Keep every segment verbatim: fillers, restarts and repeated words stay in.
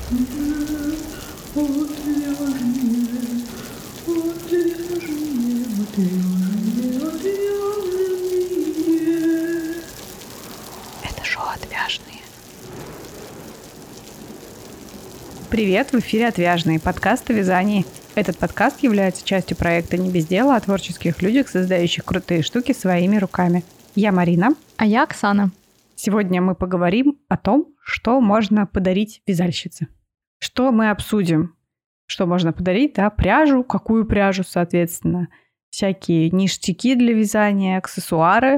Это шоу «Отвяжные». Привет, в эфире «Отвяжные», подкаст о вязании. Этот подкаст является частью проекта «Не без дела» о творческих людях, создающих крутые штуки своими руками. Я Марина. А я Оксана. Сегодня мы поговорим о том, что можно подарить вязальщице. Что мы обсудим? Что можно подарить? Да, пряжу, какую пряжу, соответственно. Всякие ништяки для вязания, аксессуары,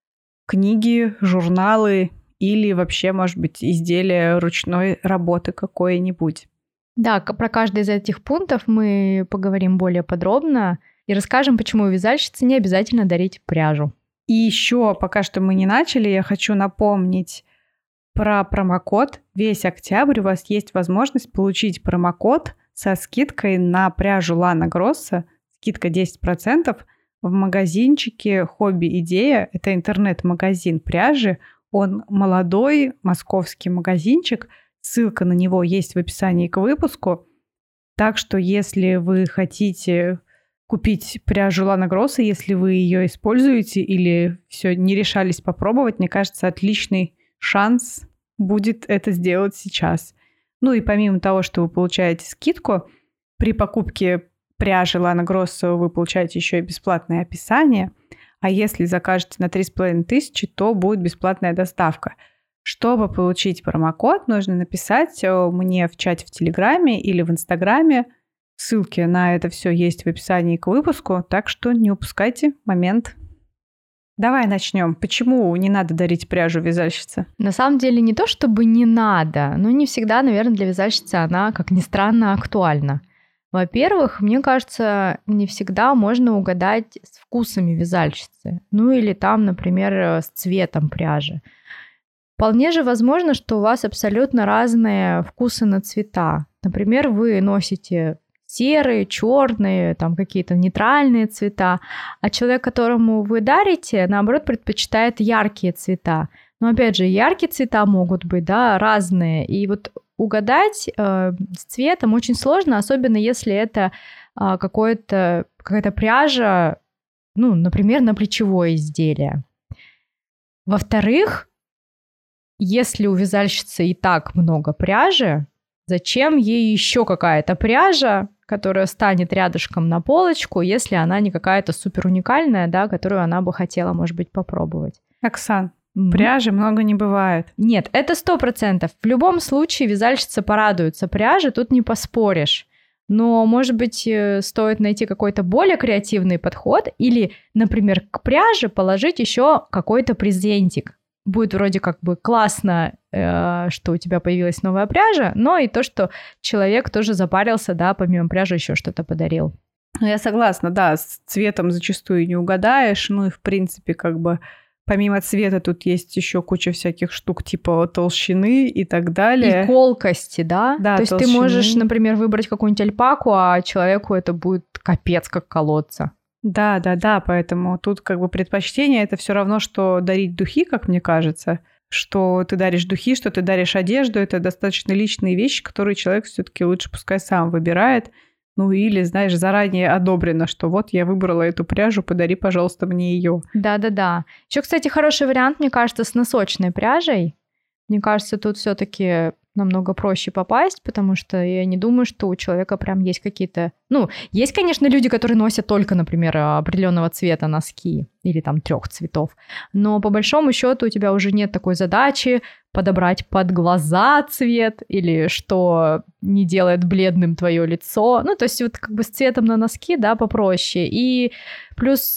книги, журналы или вообще, может быть, изделие ручной работы какое-нибудь. Да, про каждый из этих пунктов мы поговорим более подробно и расскажем, почему вязальщице не обязательно дарить пряжу. И еще, пока что мы не начали, я хочу напомнить про промокод. Весь октябрь у вас есть возможность получить промокод со скидкой на пряжу Lana Grossa, скидка десять процентов в магазинчике «Хобби Идея». Это интернет-магазин пряжи. Он молодой, московский магазинчик. Ссылка на него есть в описании к выпуску. Так что, если вы хотите купить пряжу Lana Grossa, если вы ее используете или все не решались попробовать, мне кажется, отличный шанс будет это сделать сейчас. Ну и помимо того, что вы получаете скидку, при покупке пряжи Lana Grossa вы получаете еще и бесплатное описание, а если закажете на три с половиной тысячи, то будет бесплатная доставка. Чтобы получить промокод, нужно написать мне в чате в Телеграме или в Инстаграме. Ссылки на это все есть в описании к выпуску, так что не упускайте момент. Давай начнем. Почему не надо дарить пряжу вязальщице? На самом деле не то, чтобы не надо, но не всегда, наверное, для вязальщицы она, как ни странно, актуальна. Во-первых, мне кажется, не всегда можно угадать с вкусами вязальщицы. Ну или там, например, с цветом пряжи. Вполне же возможно, что у вас абсолютно разные вкусы на цвета. Например, вы носите серые, черные, там какие-то нейтральные цвета, а человек, которому вы дарите, наоборот, предпочитает яркие цвета. Но опять же, яркие цвета могут быть, да, разные. И вот угадать э, с цветом очень сложно, особенно если это э, какое-то, какая-то пряжа, ну, например, на плечевое изделие. Во-вторых, если у вязальщицы и так много пряжи, зачем ей еще какая-то пряжа, которая станет рядышком на полочку, если она не какая-то супер уникальная, да, которую она бы хотела, может быть, попробовать. Оксан, mm-hmm. пряжи много не бывает. Нет, это сто процентов. В любом случае вязальщица порадуется пряже, тут не поспоришь. Но, может быть, стоит найти какой-то более креативный подход или, например, к пряже положить еще какой-то презентик. Будет вроде как бы классно, э, что у тебя появилась новая пряжа, но и то, что человек тоже запарился, да, помимо пряжи еще что-то подарил. Я согласна, да, с цветом зачастую не угадаешь, ну и в принципе как бы помимо цвета тут есть еще куча всяких штук типа толщины и так далее. И колкости, да? Да, то есть толщины. Ты можешь, например, выбрать какую-нибудь альпаку, а человеку это будет капец как колоться. Да, да, да, поэтому тут как бы предпочтение это все равно, что дарить духи, как мне кажется, что ты даришь духи, что ты даришь одежду, это достаточно личные вещи, которые человек все-таки лучше пускай сам выбирает, ну или, знаешь, заранее одобрено, что вот я выбрала эту пряжу, подари, пожалуйста, мне ее. Да-да-да. Еще, кстати, хороший вариант, мне кажется, с носочной пряжей. Мне кажется, тут все-таки намного проще попасть, потому что я не думаю, что у человека прям есть какие-то... Ну, есть, конечно, люди, которые носят только, например, определенного цвета носки или там трех цветов, но по большому счету у тебя уже нет такой задачи подобрать под глаза цвет или что не делает бледным твое лицо. Ну, то есть вот как бы с цветом на носки, да, попроще. И плюс...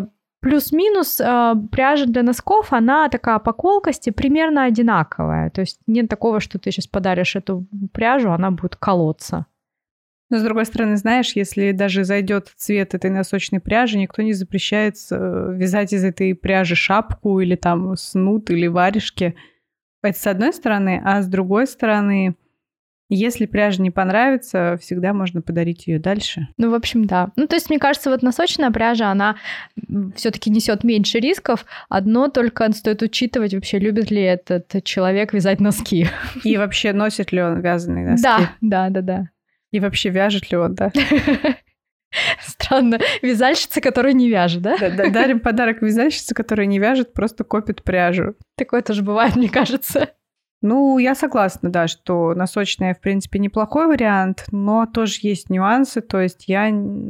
Плюс-минус э, пряжа для носков, она такая по колкости примерно одинаковая. То есть нет такого, что ты сейчас подаришь эту пряжу, она будет колоться. Но, с другой стороны, знаешь, если даже зайдет цвет этой носочной пряжи, никто не запрещает вязать из этой пряжи шапку или там снуд или варежки. Это с одной стороны, а с другой стороны, Если пряжа не понравится, всегда можно подарить ее дальше. Ну, в общем, да. Ну, то есть, мне кажется, вот носочная пряжа, она все-таки несет меньше рисков. Одно только стоит учитывать, вообще, любит ли этот человек вязать носки. И вообще, носит ли он вязаные носки. Да, да, да, да. И вообще, вяжет ли он, да. Странно. Вязальщица, которая не вяжет, да? Да, дарим подарок вязальщице, которая не вяжет, просто копит пряжу. Такое тоже бывает, мне кажется. Ну, я согласна, да, что носочная, в принципе, неплохой вариант, но тоже есть нюансы. То есть я,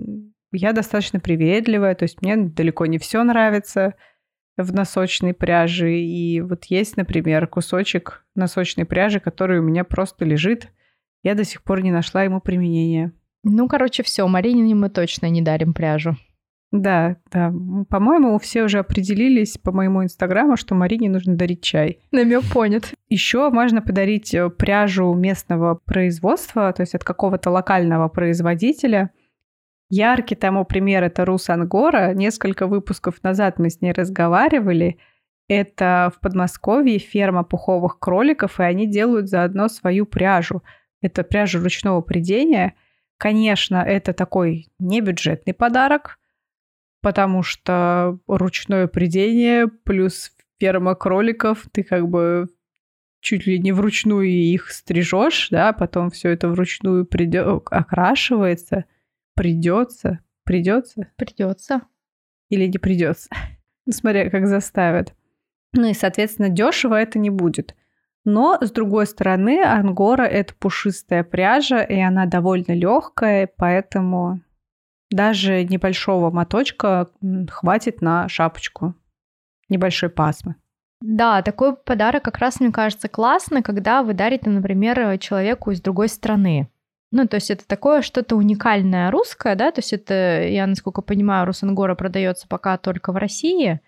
я достаточно привередливая, то есть мне далеко не все нравится в носочной пряже. И вот есть, например, кусочек носочной пряжи, который у меня просто лежит. Я до сих пор не нашла ему применения. Ну, короче, все, Марине мы точно не дарим пряжу. Да, да. По-моему, все уже определились по моему инстаграму, что Марине нужно дарить чай. Намек понят. Еще можно подарить пряжу местного производства, то есть от какого-то локального производителя. Яркий тому пример — это Рус Ангора. Несколько выпусков назад мы с ней разговаривали. Это в Подмосковье ферма пуховых кроликов, и они делают заодно свою пряжу. Это пряжа ручного прядения. Конечно, это такой небюджетный подарок, потому что ручное прядение плюс ферма кроликов, ты как бы чуть ли не вручную их стрижешь, да, потом все это вручную придё... окрашивается, придется, придется, придется или не придется, смотря как заставят. Ну и, соответственно, дешево это не будет. Но, с другой стороны, ангора — это пушистая пряжа, и она довольно легкая, поэтому даже небольшого моточка хватит на шапочку небольшой пасмы. Да, такой подарок как раз, мне кажется, классно, когда вы дарите, например, человеку из другой страны. Ну, то есть это такое что-то уникальное русское, да, то есть это, я, насколько понимаю, Рус Ангора продается пока только в России,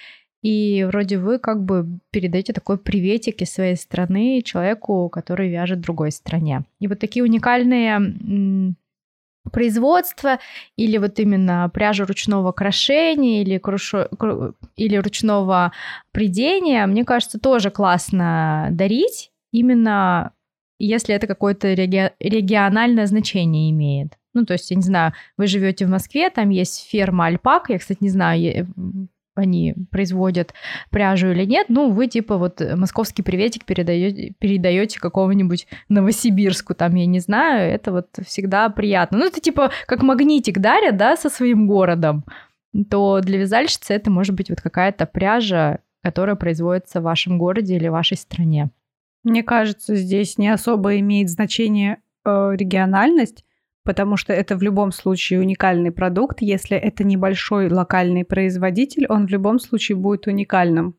и вроде вы как бы передаете такой приветик из своей страны человеку, который вяжет в другой стране. И вот такие уникальные м- производства или вот именно пряжа ручного крошения или, крушо... или ручного прядения, мне кажется, тоже классно дарить, именно если это какое-то реги... региональное значение имеет. Ну, то есть, я не знаю, вы живете в Москве, там есть ферма альпак, я, кстати, не знаю, они производят пряжу или нет, ну, вы типа вот московский приветик передаете, передаете какому-нибудь Новосибирску, там, я не знаю, это вот всегда приятно. Ну, это типа как магнитик дарят, да, со своим городом, то для вязальщицы это может быть вот какая-то пряжа, которая производится в вашем городе или вашей стране. Мне кажется, здесь не особо имеет значение э, региональность, потому что это в любом случае уникальный продукт. Если это небольшой локальный производитель, он в любом случае будет уникальным.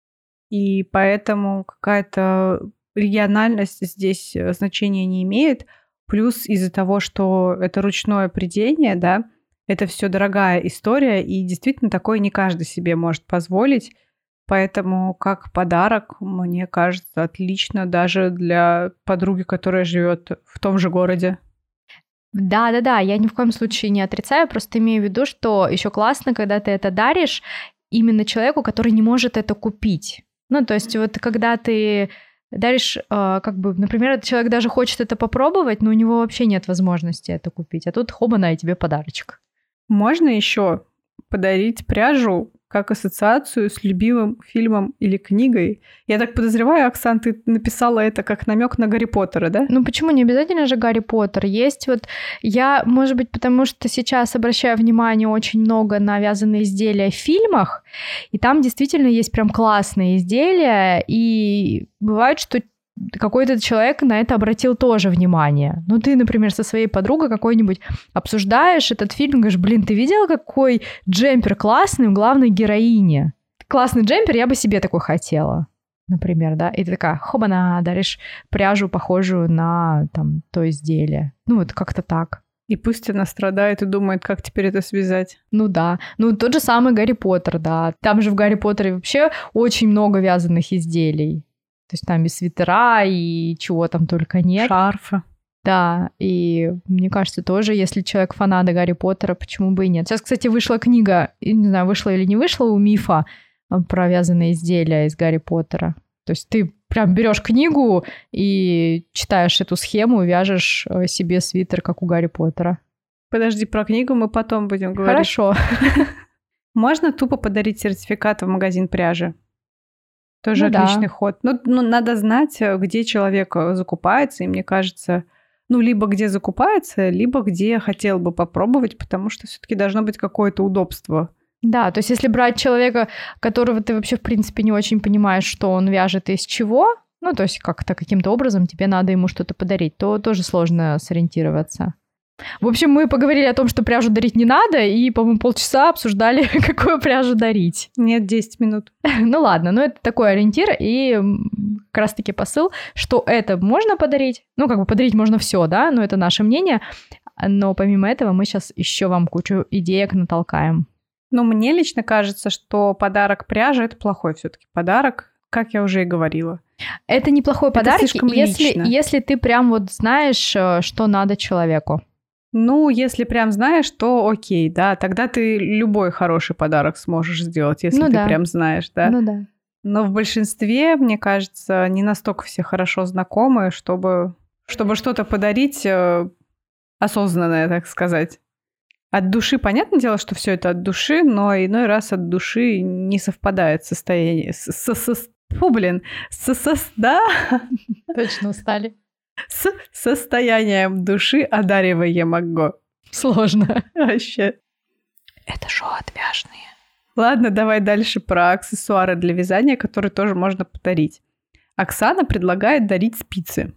И поэтому какая-то региональность здесь значения не имеет. Плюс из-за того, что это ручное прядение, да, это все дорогая история, и действительно такое не каждый себе может позволить. Поэтому как подарок, мне кажется, отлично даже для подруги, которая живет в том же городе. Да-да-да, я ни в коем случае не отрицаю, просто имею в виду, что еще классно, когда ты это даришь именно человеку, который не может это купить. Ну, то есть вот когда ты даришь, э, как бы, например, этот человек даже хочет это попробовать, но у него вообще нет возможности это купить, а тут хоба-на, и тебе подарочек. Можно еще подарить пряжу как ассоциацию с любимым фильмом или книгой. Я так подозреваю, Оксан, ты написала это как намек на Гарри Поттера, да? Ну почему? Не обязательно же Гарри Поттер. Есть вот... Я, может быть, потому что сейчас обращаю внимание очень много на вязаные изделия в фильмах, и там действительно есть прям классные изделия, и бывает, что какой-то человек на это обратил тоже внимание. Ну, ты, например, со своей подругой какой-нибудь обсуждаешь этот фильм, говоришь, блин, ты видела, какой джемпер классный у главной героини? Классный джемпер, я бы себе такой хотела, например, да? И ты такая, хоба-на, даришь пряжу, похожую на там то изделие. Ну, вот как-то так. И пусть она страдает и думает, как теперь это связать. Ну да. Ну, тот же самый Гарри Поттер, да. Там же в Гарри Поттере вообще очень много вязаных изделий. То есть там и свитера, и чего там только нет. Шарфы. Да, и мне кажется, тоже, если человек фанат Гарри Поттера, почему бы и нет. Сейчас, кстати, вышла книга, не знаю, вышла или не вышла у Мифа про вязаные изделия из Гарри Поттера. То есть ты прям берешь книгу и читаешь эту схему, вяжешь себе свитер, как у Гарри Поттера. Подожди, про книгу мы потом будем говорить. Хорошо. Можно тупо подарить сертификат в магазин пряжи. Тоже ну, отличный да. ход. Ну, ну, надо знать, где человек закупается, и мне кажется, ну, либо где закупается, либо где хотел бы попробовать, потому что все-таки должно быть какое-то удобство. Да, то есть если брать человека, которого ты вообще, в принципе, не очень понимаешь, что он вяжет и из чего, ну, то есть как-то каким-то образом тебе надо ему что-то подарить, то тоже сложно сориентироваться. В общем, мы поговорили о том, что пряжу дарить не надо, и, по-моему, полчаса обсуждали, какую пряжу дарить. Нет, десять минут. Ну ладно, но это такой ориентир, и как раз-таки посыл, что это можно подарить. Ну, как бы подарить можно все, да, но это наше мнение. Но помимо этого мы сейчас еще вам кучу идеек натолкаем. Ну, мне лично кажется, что подарок пряжи — это плохой все-таки подарок, как я уже и говорила. Это неплохой это подарок, если, лично. если ты прям вот знаешь, что надо человеку. Ну, если прям знаешь, то окей, да, тогда ты любой хороший подарок сможешь сделать, если ну, ты да. прям знаешь, да. Ну да. Но в большинстве, мне кажется, не настолько все хорошо знакомы, чтобы, чтобы что-то подарить э, осознанное, так сказать. От души, понятное дело, что все это от души, но иной раз от души не совпадает состояние. С, с, с, фу, блин, с, с, да? Точно устали. С состоянием души одариваемо. Сложно. Вообще. Это шоу отвяжные. Ладно, давай дальше про аксессуары для вязания, которые тоже можно подарить. Оксана предлагает дарить спицы.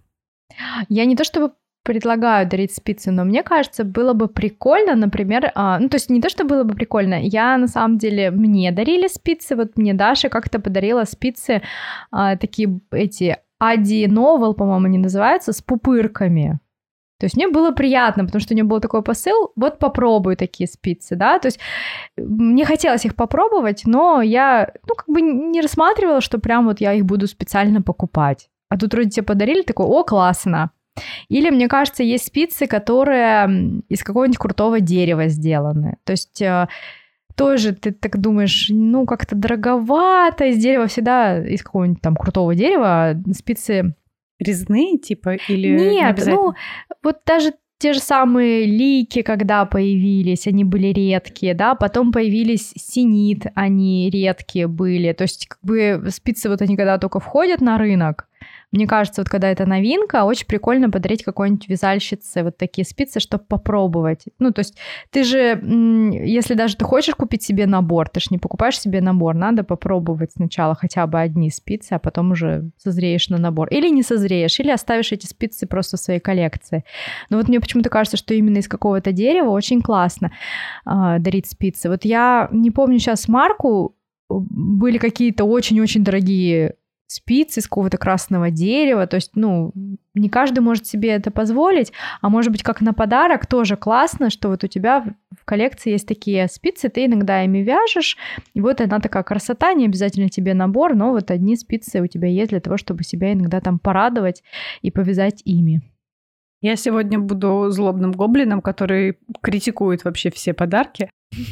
Я не то чтобы предлагаю дарить спицы, но мне кажется, было бы прикольно, например, а, ну то есть не то, что было бы прикольно, я на самом деле, мне дарили спицы, вот мне Даша как-то подарила спицы, а, такие эти Ади Новел, по-моему, они называются, с пупырками. То есть мне было приятно, потому что у нее был такой посыл, вот попробуй такие спицы, да, то есть мне хотелось их попробовать, но я, ну, как бы не рассматривала, что прям вот я их буду специально покупать. А тут вроде тебе подарили, такой, о, классно. Или, мне кажется, есть спицы, которые из какого-нибудь крутого дерева сделаны. То есть тоже ты так думаешь, ну, как-то дороговато, из дерева всегда, из какого-нибудь там крутого дерева спицы... Резные, типа, или Нет, не ну, вот даже те же самые лики, когда появились, они были редкие, да, потом появились синит, они редкие были, то есть как бы спицы вот они когда только входят на рынок, мне кажется, вот когда это новинка, очень прикольно подарить какой-нибудь вязальщице вот такие спицы, чтобы попробовать. Ну, то есть ты же, если даже ты хочешь купить себе набор, ты же не покупаешь себе набор, надо попробовать сначала хотя бы одни спицы, а потом уже созреешь на набор. Или не созреешь, или оставишь эти спицы просто в своей коллекции. Но вот мне почему-то кажется, что именно из какого-то дерева очень классно э, дарить спицы. Вот я не помню сейчас марку, были какие-то очень-очень дорогие спицы из какого-то красного дерева, то есть, ну, не каждый может себе это позволить, а может быть, как на подарок тоже классно, что вот у тебя в коллекции есть такие спицы, ты иногда ими вяжешь, и вот она такая красота, не обязательно тебе набор, но вот одни спицы у тебя есть для того, чтобы себя иногда там порадовать и повязать ими. Я сегодня буду злобным гоблином, который критикует вообще все подарки.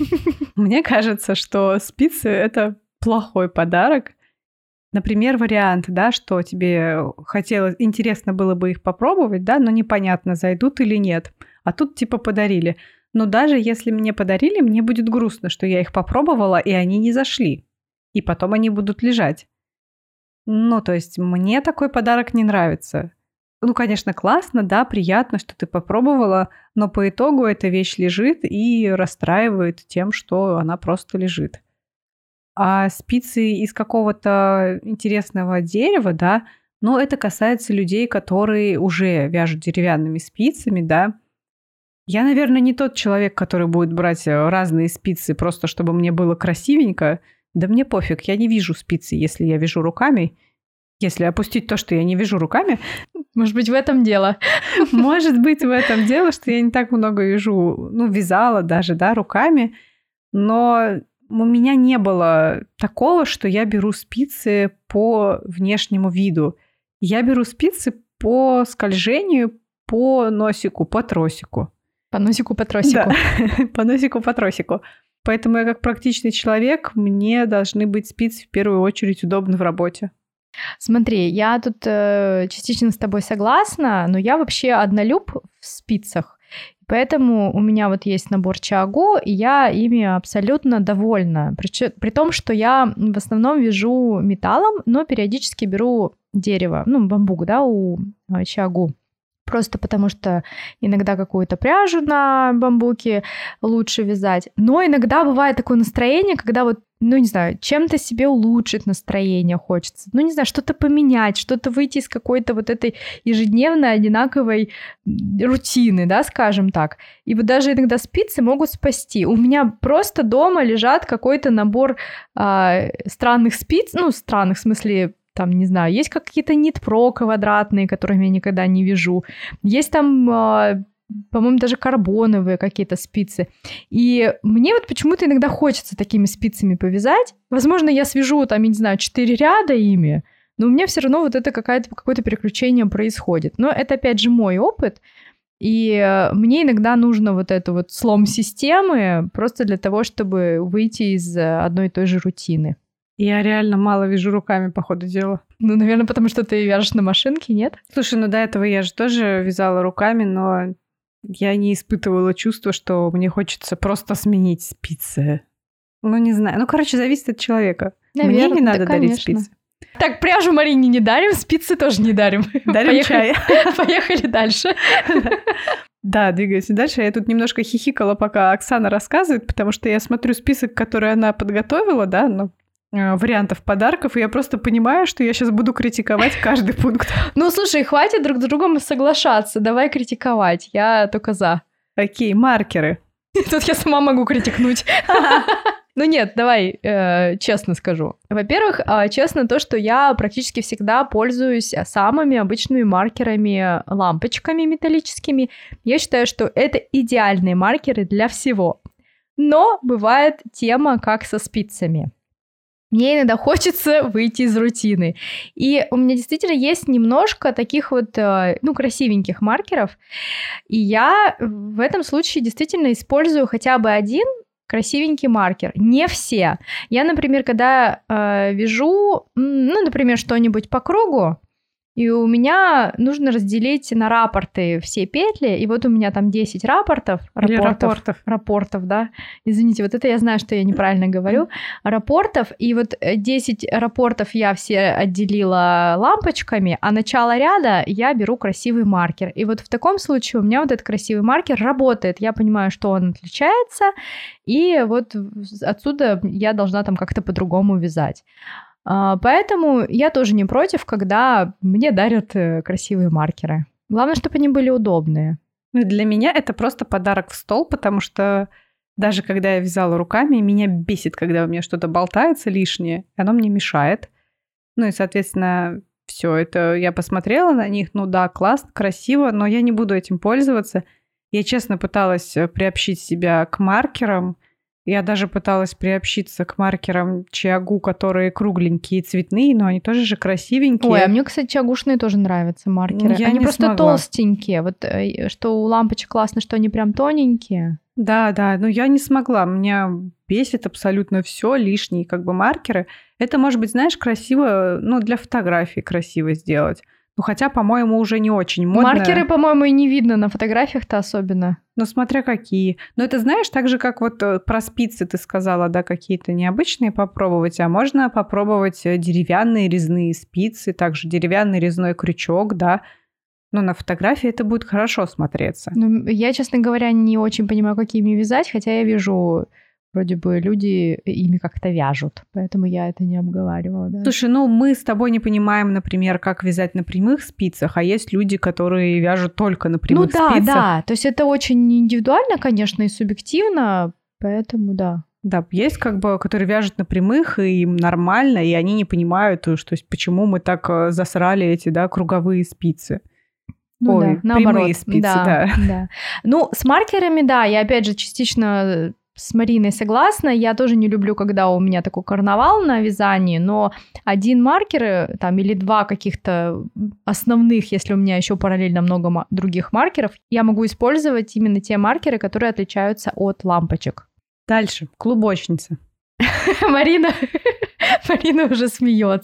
Мне кажется, что спицы — это плохой подарок. Например, вариант, да, что тебе хотелось, интересно было бы их попробовать, да, но непонятно, зайдут или нет. А тут типа подарили. Но даже если мне подарили, мне будет грустно, что я их попробовала, и они не зашли. И потом они будут лежать. Ну, то есть мне такой подарок не нравится. Ну, конечно, классно, да, приятно, что ты попробовала, но по итогу эта вещь лежит и расстраивает тем, что она просто лежит. А спицы из какого-то интересного дерева, да, но это касается людей, которые уже вяжут деревянными спицами, да. Я, наверное, не тот человек, который будет брать разные спицы просто чтобы мне было красивенько. Да мне пофиг, я не вяжу спицы, если я вяжу руками. Если опустить то, что я не вяжу руками... Может быть, в этом дело. Может быть, в этом дело, что я не так много вяжу, ну, вязала даже, да, руками, но... У меня не было такого, что я беру спицы по внешнему виду. Я беру спицы по скольжению, по носику, по тросику. По носику, по тросику. Да, по носику, по тросику. Поэтому я как практичный человек, мне должны быть спицы в первую очередь удобны в работе. Смотри, я тут э, частично с тобой согласна, но я вообще однолюб в спицах. Поэтому у меня вот есть набор Чиагу, и я ими абсолютно довольна. При, при том, что я в основном вяжу металлом, но периодически беру дерево, ну, бамбук, да, у Чиагу. Просто потому что иногда какую-то пряжу на бамбуке лучше вязать. Но иногда бывает такое настроение, когда вот, ну, не знаю, чем-то себе улучшить настроение хочется. Ну, не знаю, что-то поменять, что-то выйти из какой-то вот этой ежедневной одинаковой рутины, да, скажем так. И вот даже иногда спицы могут спасти. У меня просто дома лежат какой-то набор а, странных спиц, ну, странных в смысле... Там, не знаю, есть какие-то нит-про квадратные, которыми я никогда не вяжу. Есть там, э, по-моему, даже карбоновые какие-то спицы. И мне вот почему-то иногда хочется такими спицами повязать. Возможно, я свяжу там, я не знаю, четыре ряда ими, но у меня все равно вот это какое-то, какое-то переключение происходит. Но это, опять же, мой опыт. И мне иногда нужно вот это вот слом системы просто для того, чтобы выйти из одной и той же рутины. Я реально мало вяжу руками, по ходу дела. Ну, наверное, потому что ты вяжешь на машинке, нет? Слушай, ну до этого я же тоже вязала руками, но я не испытывала чувства, что мне хочется просто сменить спицы. Ну, не знаю. Ну, короче, зависит от человека. Наверное, мне не надо да, дарить конечно. спицы. Так, пряжу Марине не дарим, спицы тоже не дарим. Дарим Поехали. чай. Поехали дальше. Да, двигаемся дальше. Я тут немножко хихикала, пока Оксана рассказывает, потому что я смотрю список, который она подготовила, да, ну, вариантов подарков, и я просто понимаю, что я сейчас буду критиковать каждый пункт. Ну, слушай, хватит друг с другом соглашаться, давай критиковать, я только за. Окей, маркеры. Тут я сама могу критикнуть. Ну нет, давай э, честно скажу. Во-первых, э, честно то, что я практически всегда пользуюсь самыми обычными маркерами, лампочками металлическими. Я считаю, что это идеальные маркеры для всего. Но бывает тема как со спицами. Мне иногда хочется выйти из рутины. И у меня действительно есть немножко таких вот, ну, красивеньких маркеров. И я в этом случае действительно использую хотя бы один красивенький маркер. Не все. Я, например, когда э, вяжу, ну, например, что-нибудь по кругу, и у меня нужно разделить на рапорты все петли, и вот у меня там десять рапортов. Рапортов. рапортов. Рапортов, да. Извините, вот это я знаю, что я неправильно говорю. Рапортов, и вот десять рапортов я все отделила лампочками, а начало ряда я беру красивый маркер. И вот в таком случае у меня вот этот красивый маркер работает. Я понимаю, что он отличается, и вот отсюда я должна там как-то по-другому вязать. Поэтому я тоже не против, когда мне дарят красивые маркеры. Главное, чтобы они были удобные. Ну, для меня это просто подарок в стол, потому что даже когда я вязала руками, меня бесит, когда у меня что-то болтается лишнее, и оно мне мешает. Ну и, соответственно, все это я посмотрела на них, ну да, классно, красиво, но я не буду этим пользоваться. Я честно пыталась приобщить себя к маркерам. Я даже пыталась приобщиться к маркерам Чиагу, которые кругленькие и цветные, но они тоже же красивенькие. Ой, а мне, кстати, чиагушные тоже нравятся маркеры. Я они не просто смогла. толстенькие. Вот что у лампочек классно, что они прям тоненькие. Да, да, но я не смогла. Меня бесит абсолютно все лишние как бы маркеры. Это может быть, знаешь, красиво, ну, для фотографии красиво сделать. Ну, хотя, по-моему, уже не очень модно. Маркеры, по-моему, и не видно на фотографиях-то особенно. Ну, смотря какие. Но это, знаешь, так же, как вот про спицы ты сказала, да, какие-то необычные попробовать, а можно попробовать деревянные резные спицы, также деревянный резной крючок, да. Ну, на фотографии это будет хорошо смотреться. Ну, я, честно говоря, не очень понимаю, какими вязать, хотя я вижу... Вроде бы люди ими как-то вяжут, поэтому я это не обговаривала. Да. Слушай, ну мы с тобой не понимаем, например, как вязать на прямых спицах, а есть люди, которые вяжут только на прямых спицах. Ну да, спицах. да, то есть это очень индивидуально, конечно, и субъективно, поэтому да. Да, есть как бы, которые вяжут на прямых, и им нормально, и они не понимают, что, почему мы так засрали эти, да, круговые спицы. Ну, Ой, да, прямые наоборот, спицы, да, да. да. Ну, с маркерами, да, я опять же частично... С Мариной согласна, я тоже не люблю, когда у меня такой карнавал на вязании, но один маркер там, или два каких-то основных, если у меня еще параллельно много других маркеров, я могу использовать именно те маркеры, которые отличаются от лампочек. Дальше, клубочница. Марина, Марина уже смеется.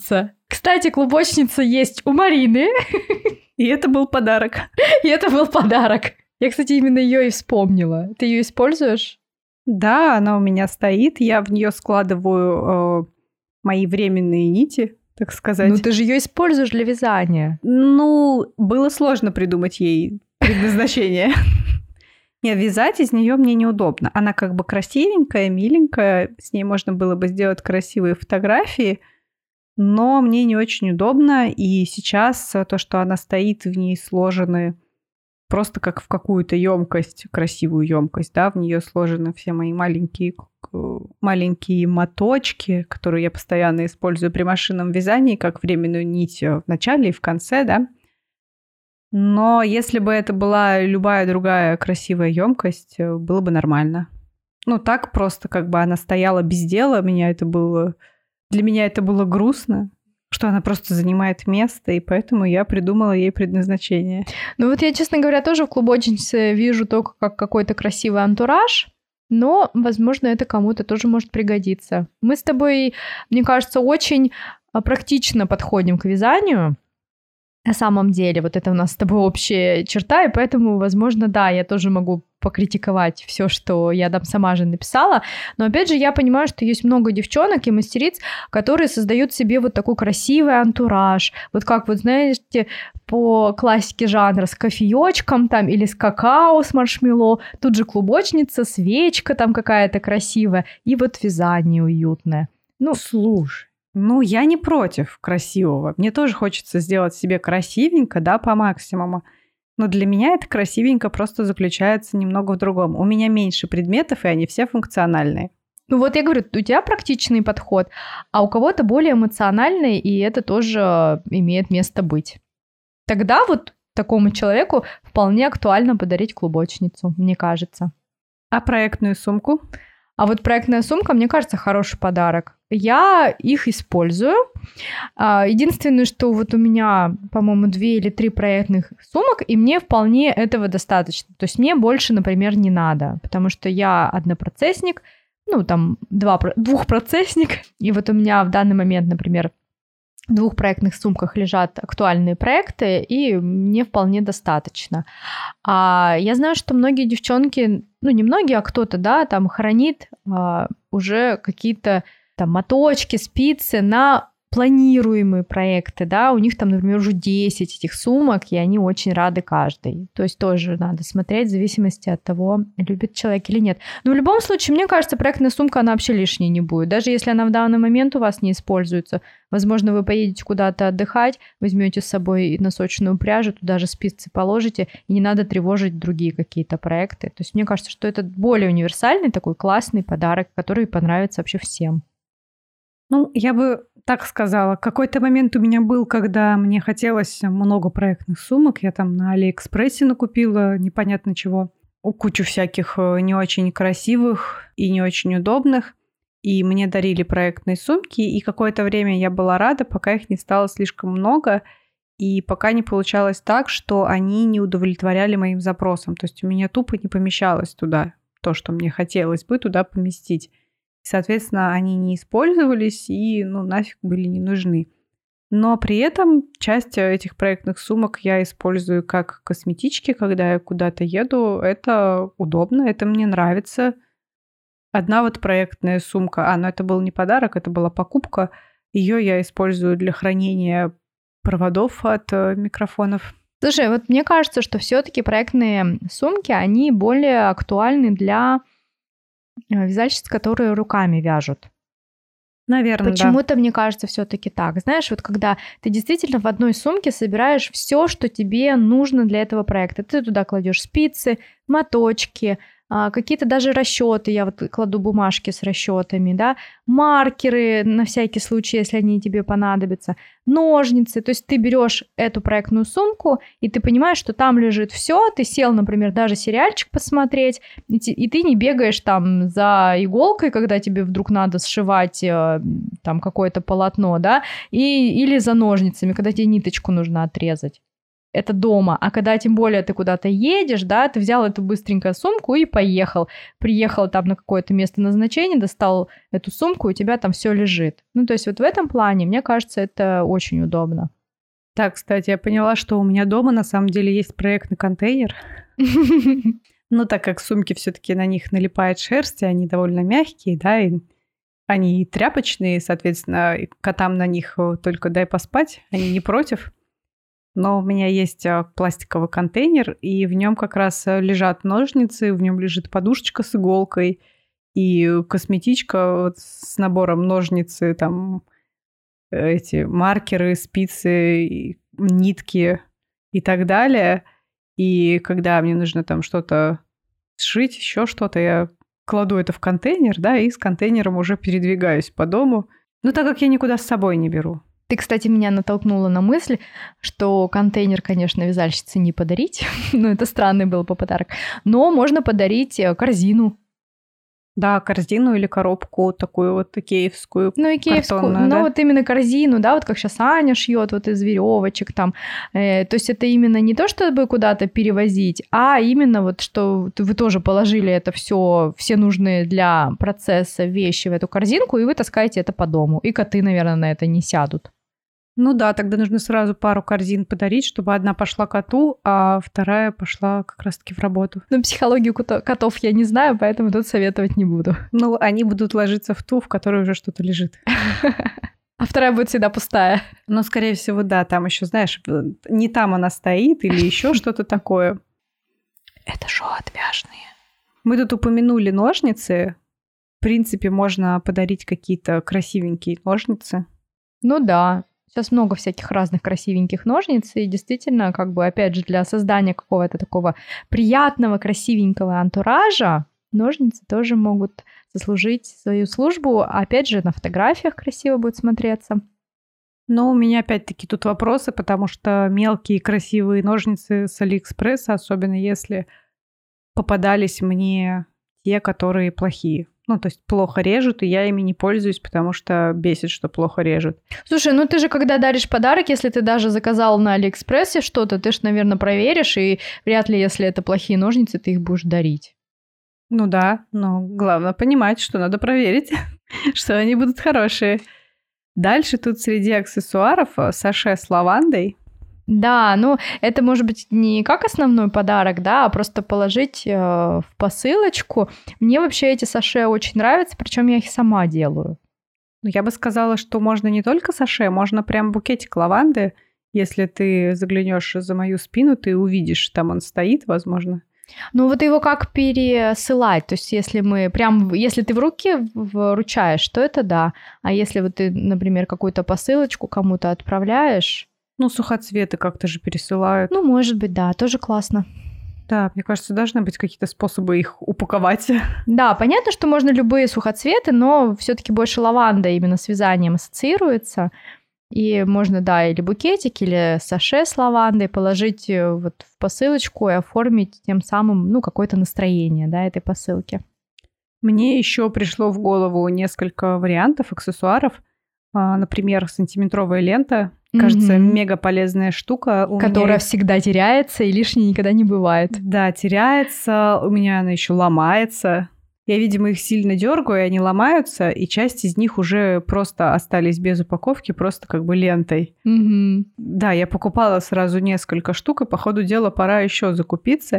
Кстати, клубочница есть у Марины. И это был подарок. И это был подарок. Я, кстати, именно ее и вспомнила. Ты ее используешь? Да, она у меня стоит. Я в нее складываю э, мои временные нити, так сказать. Ну, ты же ее используешь для вязания. Ну, было сложно придумать ей предназначение. Нет, вязать из нее мне неудобно. Она как бы красивенькая, миленькая. С ней можно было бы сделать красивые фотографии. Но мне не очень удобно. И сейчас то, что она стоит, в ней сложены просто как в какую-то емкость, красивую емкость, да, в нее сложены все мои маленькие, маленькие моточки, которые я постоянно использую при машинном вязании, как временную нить в начале и в конце, да. Но если бы это была любая другая красивая емкость, было бы нормально. Ну, так просто как бы она стояла без дела, меня это было... Для меня это было грустно, что она просто занимает место, и поэтому я придумала ей предназначение. Ну вот я, честно говоря, тоже в клубочнице вижу только как какой-то красивый антураж, но, возможно, это кому-то тоже может пригодиться. Мы с тобой, мне кажется, очень практично подходим к вязанию. На самом деле, вот это у нас с тобой общая черта, и поэтому, возможно, да, я тоже могу покритиковать все, что я там сама же написала, но, опять же, я понимаю, что есть много девчонок и мастериц, которые создают себе вот такой красивый антураж, вот как, вот знаете, по классике жанра с кофеечком там или с какао, с маршмеллоу, тут же клубочница, свечка там какая-то красивая, и вот вязание уютное. Ну, слушай. Ну, я не против красивого. Мне тоже хочется сделать себе красивенько, да, по максимуму. Но для меня это красивенько просто заключается немного в другом. У меня меньше предметов, и они все функциональные. Ну вот я говорю, у тебя практичный подход, а у кого-то более эмоциональный, и это тоже имеет место быть. Тогда вот такому человеку вполне актуально подарить клубочницу, мне кажется. А проектную сумку? А вот проектная сумка, мне кажется, хороший подарок. Я их использую. Единственное, что вот у меня, по-моему, две или три проектных сумок, и мне вполне этого достаточно. То есть мне больше, например, не надо, потому что я однопроцессник, ну, там, два, двухпроцессник, и вот у меня в данный момент, например, в двух проектных сумках лежат актуальные проекты, и мне вполне достаточно. А я знаю, что многие девчонки, ну, не многие, а кто-то, да, там хранит а, уже какие-то там моточки, спицы на планируемые проекты, да, у них там, например, уже десять этих сумок, и они очень рады каждой. То есть тоже надо смотреть в зависимости от того, любит человек или нет. Но в любом случае, мне кажется, проектная сумка, она вообще лишней не будет. Даже если она в данный момент у вас не используется, возможно, вы поедете куда-то отдыхать, возьмете с собой носочную пряжу, туда же спицы положите, и не надо тревожить другие какие-то проекты. То есть мне кажется, что это более универсальный такой классный подарок, который понравится вообще всем. Ну, я бы так сказала. Какой-то момент у меня был, когда мне хотелось много проектных сумок. Я там на Алиэкспрессе накупила непонятно чего. Кучу всяких не очень красивых и не очень удобных. И мне дарили проектные сумки. И какое-то время я была рада, пока их не стало слишком много. И пока не получалось так, что они не удовлетворяли моим запросам. То есть у меня тупо не помещалось туда то, что мне хотелось бы туда поместить. Соответственно, они не использовались и, ну, нафиг были не нужны. Но при этом часть этих проектных сумок я использую как косметички, когда я куда-то еду. Это удобно, это мне нравится. Одна вот проектная сумка, а, ну это был не подарок, это была покупка. Ее я использую для хранения проводов от микрофонов. Слушай, вот мне кажется, что все-таки проектные сумки, они более актуальны для вязальщиц, которые руками вяжут. Наверное, Почему-то, да. мне кажется, все-таки так. Знаешь, вот когда ты действительно в одной сумке собираешь все, что тебе нужно для этого проекта. Ты туда кладешь спицы, моточки, какие-то даже расчеты. Я вот кладу бумажки с расчетами, да, маркеры на всякий случай, если они тебе понадобятся, ножницы. То есть ты берешь эту проектную сумку, и ты понимаешь, что там лежит все. Ты сел, например, даже сериальчик посмотреть, и, и ты не бегаешь там за иголкой, когда тебе вдруг надо сшивать там какое-то полотно, да, и, или за ножницами, когда тебе ниточку нужно отрезать. это дома, а когда тем более ты куда-то едешь, да, ты взял эту быстренько сумку и поехал. Приехал там на какое-то место назначения, достал эту сумку, и у тебя там все лежит. Ну, то есть вот в этом плане, мне кажется, это очень удобно. Так, кстати, я поняла, что у меня дома на самом деле есть проектный контейнер. Но так как сумки все-таки на них налипает шерсть, и они довольно мягкие, да, и они и тряпочные, соответственно, котам на них только дай поспать, они не против. Но у меня есть пластиковый контейнер, и в нем как раз лежат ножницы, в нем лежит подушечка с иголкой и косметичка вот с набором ножницы, там эти маркеры, спицы, нитки и так далее. И когда мне нужно там что-то сшить, еще что-то, я кладу это в контейнер, да, и с контейнером уже передвигаюсь по дому. Ну, так как я никуда с собой не беру. Ты, кстати, меня натолкнула на мысль, что контейнер, конечно, вязальщице не подарить. Ну, это странный был бы подарок. Но можно подарить корзину. Да, корзину или коробку такую вот икеевскую, ну, икеевскую, картонную, ну, да? вот именно корзину, да, вот как сейчас Аня шьет вот из веревочек там. Э, то есть это именно не то, чтобы куда-то перевозить, а именно вот, что вы тоже положили это все, все нужные для процесса вещи в эту корзинку, и вы таскаете это по дому. И коты, наверное, на это не сядут. Ну да, тогда нужно сразу пару корзин подарить, чтобы одна пошла коту, а вторая пошла как раз-таки в работу. Ну, психологию котов я не знаю, поэтому тут советовать не буду. Ну, они будут ложиться в ту, в которой уже что-то лежит. А вторая будет всегда пустая. Ну, скорее всего, да, там еще, знаешь, не там она стоит или еще что-то такое. Это шо отвяжные? Мы тут упомянули ножницы. В принципе, можно подарить какие-то красивенькие ножницы. Ну да. Сейчас много всяких разных красивеньких ножниц, и действительно, как бы, опять же, для создания какого-то такого приятного, красивенького антуража ножницы тоже могут заслужить свою службу. Опять же, на фотографиях красиво будет смотреться. Но у меня опять-таки тут вопросы, потому что мелкие красивые ножницы с Алиэкспресса, особенно если попадались мне те, которые плохие. Ну, то есть плохо режут, и я ими не пользуюсь, потому что бесит, что плохо режут. Слушай, ну ты же, когда даришь подарок, если ты даже заказал на Алиэкспрессе что-то, ты же, наверное, проверишь, и вряд ли, если это плохие ножницы, ты их будешь дарить. Ну да, но главное понимать, что надо проверить, что они будут хорошие. Дальше тут среди аксессуаров саше с лавандой. Да, ну это может быть не как основной подарок, да, а просто положить э, в посылочку. Мне вообще эти саше очень нравятся, причем я их сама делаю. Ну, я бы сказала, что можно не только саше, можно прям букетик лаванды. Если ты заглянешь за мою спину, ты увидишь, там он стоит, возможно. Ну вот его как пересылать? То есть если мы прям, если ты в руки вручаешь, то это да. А если вот ты, например, какую-то посылочку кому-то отправляешь... Ну, сухоцветы как-то же пересылают. Ну, может быть, да, тоже классно. Да, мне кажется, должны быть какие-то способы их упаковать. Да, понятно, что можно любые сухоцветы, но все-таки больше лаванда именно с вязанием ассоциируется. И можно, да, или букетик, или саше с лавандой положить вот в посылочку и оформить тем самым, ну, какое-то настроение, да, этой посылки. Мне еще пришло в голову несколько вариантов аксессуаров. Например, сантиметровая лента. Кажется, mm-hmm. мега полезная штука. У Которая меня... всегда теряется и лишней никогда не бывает. Да, теряется. У меня она еще ломается. Я, видимо, их сильно дергаю, и они ломаются, и часть из них уже просто остались без упаковки, просто как бы лентой. Mm-hmm. Да, я покупала сразу несколько штук, и по ходу дела пора еще закупиться.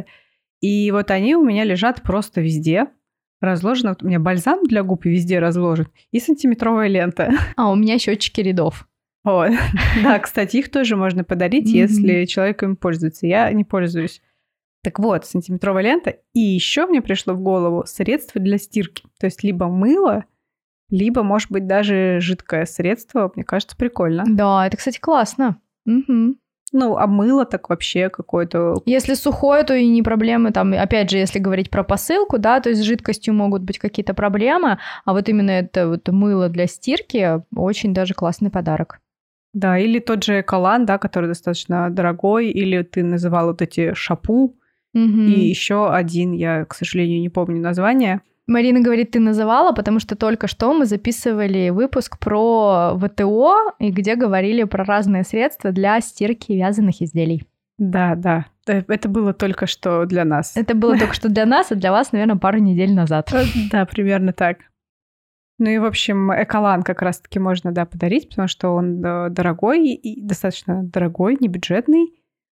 И вот они у меня лежат просто везде. Разложено. У меня бальзам для губ везде разложен. И сантиметровая лента. А у меня счетчики рядов. О, да, кстати, их тоже можно подарить, mm-hmm. если человек им пользуется. Я не пользуюсь. Так вот, сантиметровая лента. И еще мне пришло в голову средство для стирки. То есть либо мыло, либо, может быть, даже жидкое средство. Мне кажется, прикольно. Да, это, кстати, классно. Угу. Ну, а мыло так вообще какое-то... Если сухое, то и не проблемы. Там, опять же, если говорить про посылку, да, то есть с жидкостью могут быть какие-то проблемы, а вот именно это вот мыло для стирки очень даже классный подарок. Да, или тот же Эколан, да, который достаточно дорогой, или ты называла вот эти шапу, угу. и еще один, я, к сожалению, не помню название. Марина говорит, ты называла, потому что только что мы записывали выпуск про ВТО, и где говорили про разные средства для стирки вязаных изделий. Да, да. Это было только что для нас. Это было только что для нас, а для вас, наверное, пару недель назад. Да, примерно так. Ну и, в общем, Эколан как раз-таки можно, да, подарить, потому что он дорогой, и достаточно дорогой, не бюджетный,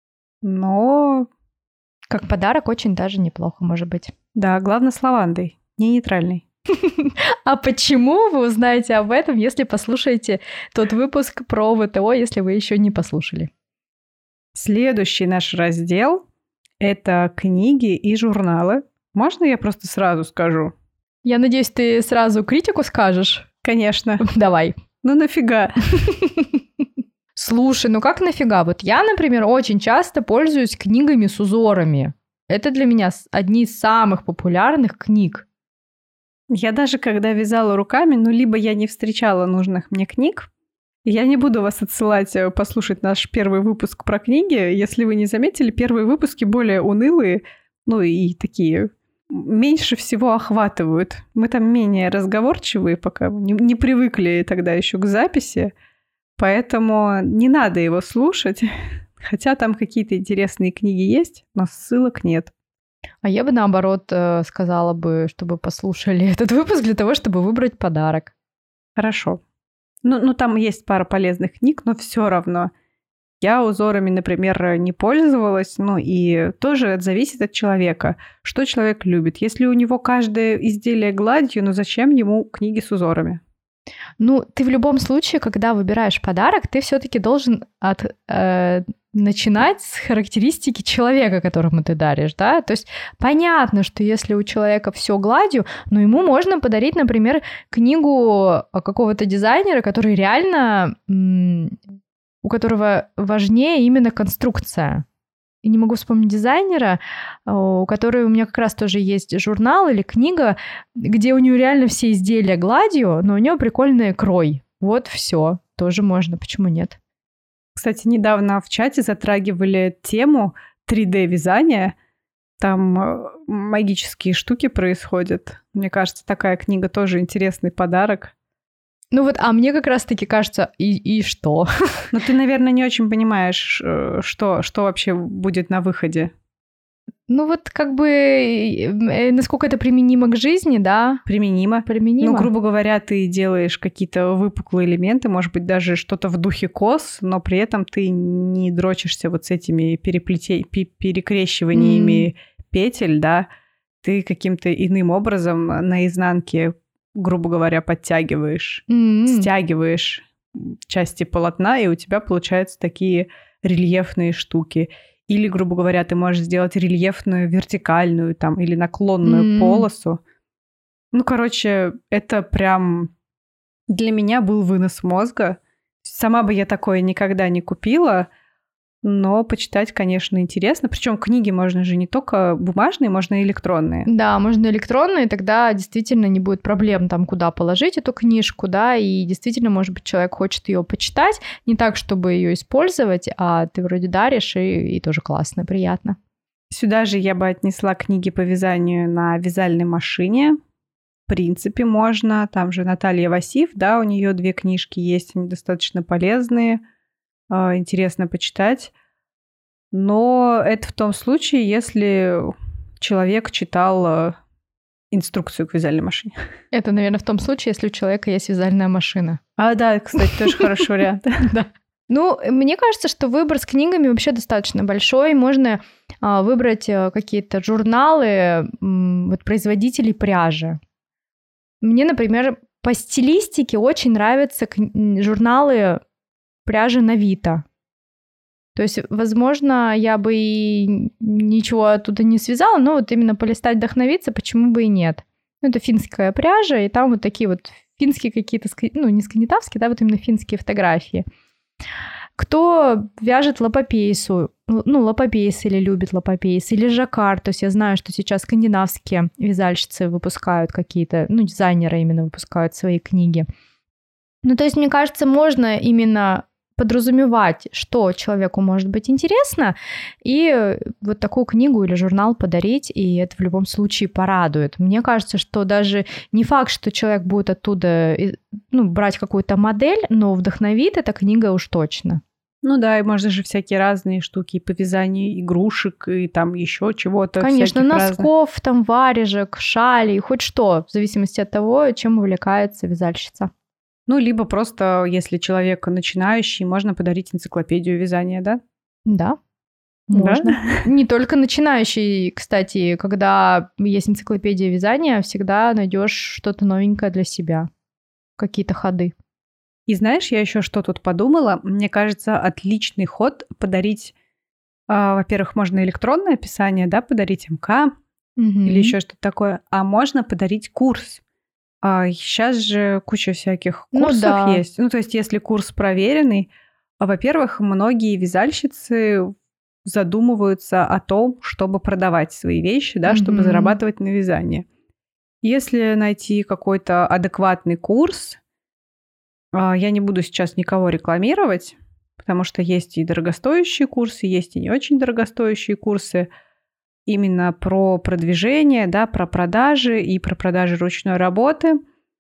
но... Как подарок очень даже неплохо, может быть. Да, главное с лавандой, не нейтральный. А почему вы узнаете об этом, если послушаете тот выпуск про ВТО, если вы еще не послушали? Следующий наш раздел — это книги и журналы. Можно я просто сразу скажу? Я надеюсь, ты сразу критику скажешь? Конечно. Давай. Ну нафига? Слушай, ну как нафига? Вот я, например, очень часто пользуюсь книгами с узорами. Это для меня одни из самых популярных книг. Я даже когда вязала руками, ну либо я не встречала нужных мне книг. Я не буду вас отсылать послушать наш первый выпуск про книги. Если вы не заметили, первые выпуски более унылые, ну и такие меньше всего охватывают. Мы там менее разговорчивые, пока не, не привыкли тогда еще к записи, поэтому не надо его слушать. Хотя там какие-то интересные книги есть, но ссылок нет. А я бы, наоборот, сказала бы, чтобы послушали этот выпуск для того, чтобы выбрать подарок. Хорошо. Ну, ну, там есть пара полезных книг, но все равно. Я узорами, например, не пользовалась, ну и тоже это зависит от человека. Что человек любит? Если у него каждое изделие гладью, ну зачем ему книги с узорами? Ну, ты в любом случае, когда выбираешь подарок, ты все-таки должен от, э, начинать с характеристики человека, которому ты даришь, да? То есть понятно, что если у человека все гладью, но ему можно подарить, например, книгу какого-то дизайнера, который реально, м- у которого важнее именно конструкция. И не могу вспомнить дизайнера, у которого у меня как раз тоже есть журнал или книга, где у нее реально все изделия гладью, но у нее прикольный крой. Вот все. Тоже можно. Почему нет? Кстати, недавно в чате затрагивали тему три дэ-вязания. Там магические штуки происходят. Мне кажется, такая книга тоже интересный подарок. Ну вот, а мне как раз-таки кажется, и, и что? Ну ты, наверное, не очень понимаешь, что, что вообще будет на выходе. Ну вот как бы, насколько это применимо к жизни, да? Применимо. Применимо. Ну, грубо говоря, ты делаешь какие-то выпуклые элементы, может быть, даже что-то в духе кос, но при этом ты не дрочишься вот с этими переплете... перекрещиваниями mm. петель, да? Ты каким-то иным образом на изнанке, грубо говоря, подтягиваешь, mm-hmm. стягиваешь части полотна, и у тебя получаются такие рельефные штуки. Или, грубо говоря, ты можешь сделать рельефную, вертикальную там, или наклонную mm-hmm. полосу. Ну, короче, это прям для меня был вынос мозга. Сама бы я такое никогда не купила, но почитать, конечно, интересно. Причем книги можно же не только бумажные, можно и электронные. Да, можно электронные, тогда действительно не будет проблем там, куда положить эту книжку, да, и действительно, может быть, человек хочет ее почитать, не так, чтобы ее использовать, а ты вроде даришь, и, и тоже классно, приятно. Сюда же я бы отнесла книги по вязанию на вязальной машине. В принципе, можно. Там же Наталья Васив, да, у нее две книжки есть, они достаточно полезные. Интересно почитать. Но это в том случае, если человек читал инструкцию к вязальной машине. Это, наверное, в том случае, если у человека есть вязальная машина. А, да, кстати, тоже хороший вариант. Да. Ну, мне кажется, что выбор с книгами вообще достаточно большой. Можно выбрать какие-то журналы вот, производителей пряжи. Мне, например, по стилистике очень нравятся журналы пряжи на Авито. То есть, возможно, я бы и ничего оттуда не связала, но вот именно полистать, вдохновиться, почему бы и нет. Ну, это финская пряжа, и там вот такие вот финские какие-то, ну, не скандинавские, да, вот именно финские фотографии. Кто вяжет лапопейсу, ну, лапопейс или любит лапопейс, или жаккард, то есть я знаю, что сейчас скандинавские вязальщицы выпускают какие-то, ну, дизайнеры именно выпускают свои книги. Ну, то есть, мне кажется, можно именно подразумевать, что человеку может быть интересно, и вот такую книгу или журнал подарить, и это в любом случае порадует. Мне кажется, что даже не факт, что человек будет оттуда, ну, брать какую-то модель, но вдохновит эта книга уж точно. Ну да, и можно же всякие разные штуки по вязанию игрушек и там еще чего-то. Конечно, носков, разных. там варежек, шалей, хоть что, в зависимости от того, чем увлекается вязальщица. Ну, либо просто, если человек начинающий, можно подарить энциклопедию вязания, да? Да, можно. Да? Не только начинающий, кстати, когда есть энциклопедия вязания, всегда найдешь что-то новенькое для себя, какие-то ходы. И знаешь, я еще что тут подумала? Мне кажется, отличный ход подарить, э, во-первых, можно электронное описание, да, подарить МК угу. или еще что-то такое, а можно подарить курс. А сейчас же куча всяких курсов ну, да. есть. Ну, то есть, если курс проверенный, во-первых, многие вязальщицы задумываются о том, чтобы продавать свои вещи, да, угу. чтобы зарабатывать на вязании. Если найти какой-то адекватный курс, я не буду сейчас никого рекламировать, потому что есть и дорогостоящие курсы, есть и не очень дорогостоящие курсы именно про продвижение, да, про продажи и про продажи ручной работы.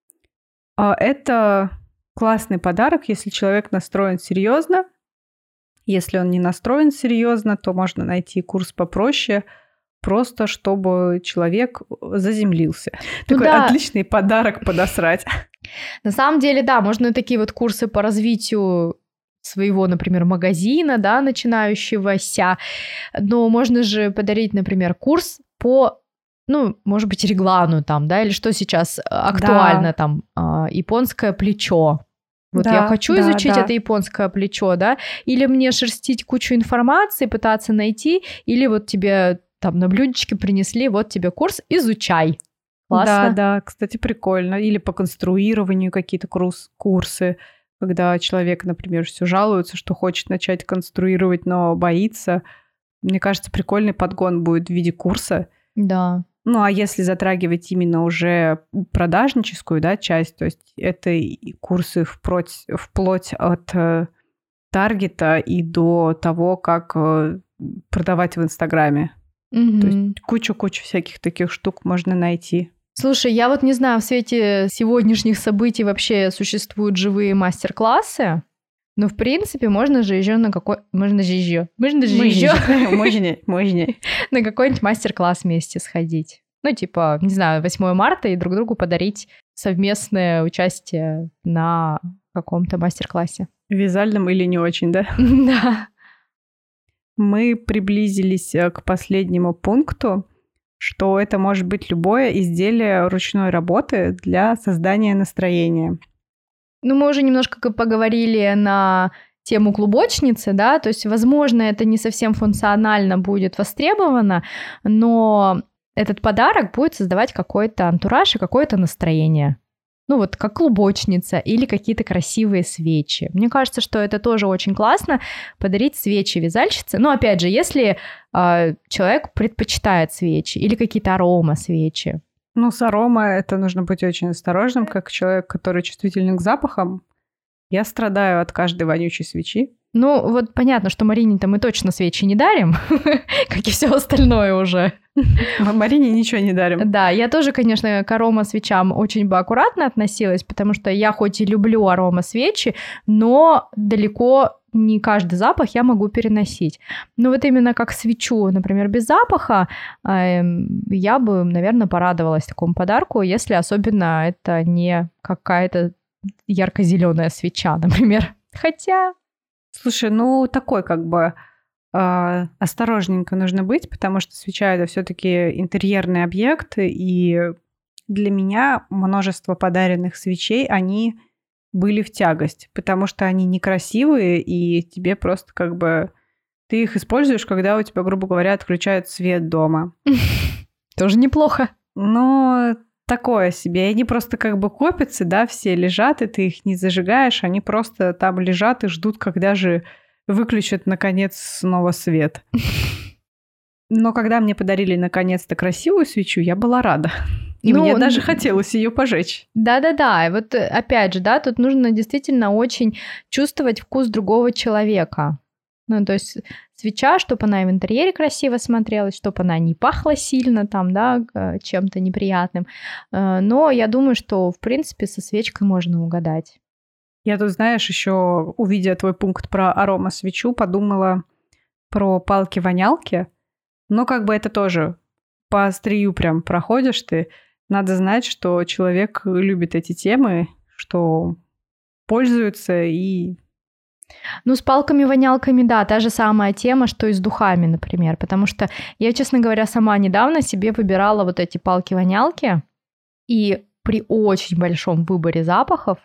Это классный подарок, если человек настроен серьезно. Если он не настроен серьезно, то можно найти курс попроще, просто чтобы человек заземлился. Ну Такой да. отличный подарок подосрать. На самом деле, да, можно такие вот курсы по развитию своего, например, магазина, да, начинающегося, но можно же подарить, например, курс по, ну, может быть, реглану там, да, или что сейчас актуально да. там, японское плечо. Вот да, я хочу да, изучить да. это японское плечо, да, или мне шерстить кучу информации, пытаться найти, или вот тебе там на блюдечке принесли, вот тебе курс, изучай. Классно. Да, да, кстати, прикольно. Или по конструированию какие-то курс, курсы, когда человек, например, все жалуется, что хочет начать конструировать, но боится. Мне кажется, прикольный подгон будет в виде курса. Да. Ну, а если затрагивать именно уже продажническую, да, часть, то есть это курсы вплоть, вплоть от э, таргета и до того, как э, продавать в Инстаграме. Mm-hmm. То есть кучу-кучу всяких таких штук можно найти. Слушай, я вот не знаю, в свете сегодняшних событий вообще существуют живые мастер-классы, но в принципе можно же еще на какой... Можно же еще... Можно же еще... Можно, можно. На какой-нибудь мастер-класс вместе сходить. Ну, типа, не знаю, восьмое марта и друг другу подарить совместное участие на каком-то мастер-классе. Вязальном или не очень, да? Да. Мы приблизились к последнему пункту, что это может быть любое изделие ручной работы для создания настроения. Ну, мы уже немножко поговорили на тему клубочницы, да, то есть, возможно, это не совсем функционально будет востребовано, но этот подарок будет создавать какой-то антураж и какое-то настроение. Ну вот как клубочница или какие-то красивые свечи. Мне кажется, что это тоже очень классно, подарить свечи вязальщице. Но опять же, если э, человек предпочитает свечи или какие-то арома свечи. Ну, с аромой это нужно быть очень осторожным, как человек, который чувствителен к запахам. Я страдаю от каждой вонючей свечи. Ну, вот понятно, что Марине-то мы точно свечи не дарим, как и все остальное уже. Марине ничего не дарим. Да, я тоже, конечно, к арома-свечам очень бы аккуратно относилась, потому что я хоть и люблю арома-свечи, но далеко не каждый запах я могу переносить. Но вот именно как свечу, например, без запаха, я бы, наверное, порадовалась такому подарку, если особенно это не какая-то ярко-зеленая свеча, например. Хотя... Слушай, ну такой как бы э, осторожненько нужно быть, потому что свеча — это все-таки интерьерный объект, и для меня множество подаренных свечей, они были в тягость, потому что они некрасивые, и тебе просто как бы... Ты их используешь, когда у тебя, грубо говоря, отключают свет дома. Тоже неплохо. Но... Такое себе. И они просто как бы копятся, да, все лежат, и ты их не зажигаешь, они просто там лежат и ждут, когда же выключат, наконец, снова свет. Но когда мне подарили, наконец-то, красивую свечу, я была рада. И ну, мне даже хотелось ее пожечь. Да-да-да. И вот опять же, да, тут нужно действительно очень чувствовать вкус другого человека. Ну, то есть свеча, чтобы она и в интерьере красиво смотрелась, чтобы она не пахла сильно там, да, чем-то неприятным. Но я думаю, что, в принципе, со свечкой можно угадать. Я тут, знаешь, еще, увидя твой пункт про аромасвечу, подумала про палки-вонялки. Но как бы это тоже по острию прям проходишь ты. Надо знать, что человек любит эти темы, что пользуется и... Ну, с палками-вонялками, да, та же самая тема, что и с духами, например. Потому что я, честно говоря, сама недавно себе выбирала вот эти палки-вонялки, и при очень большом выборе запахов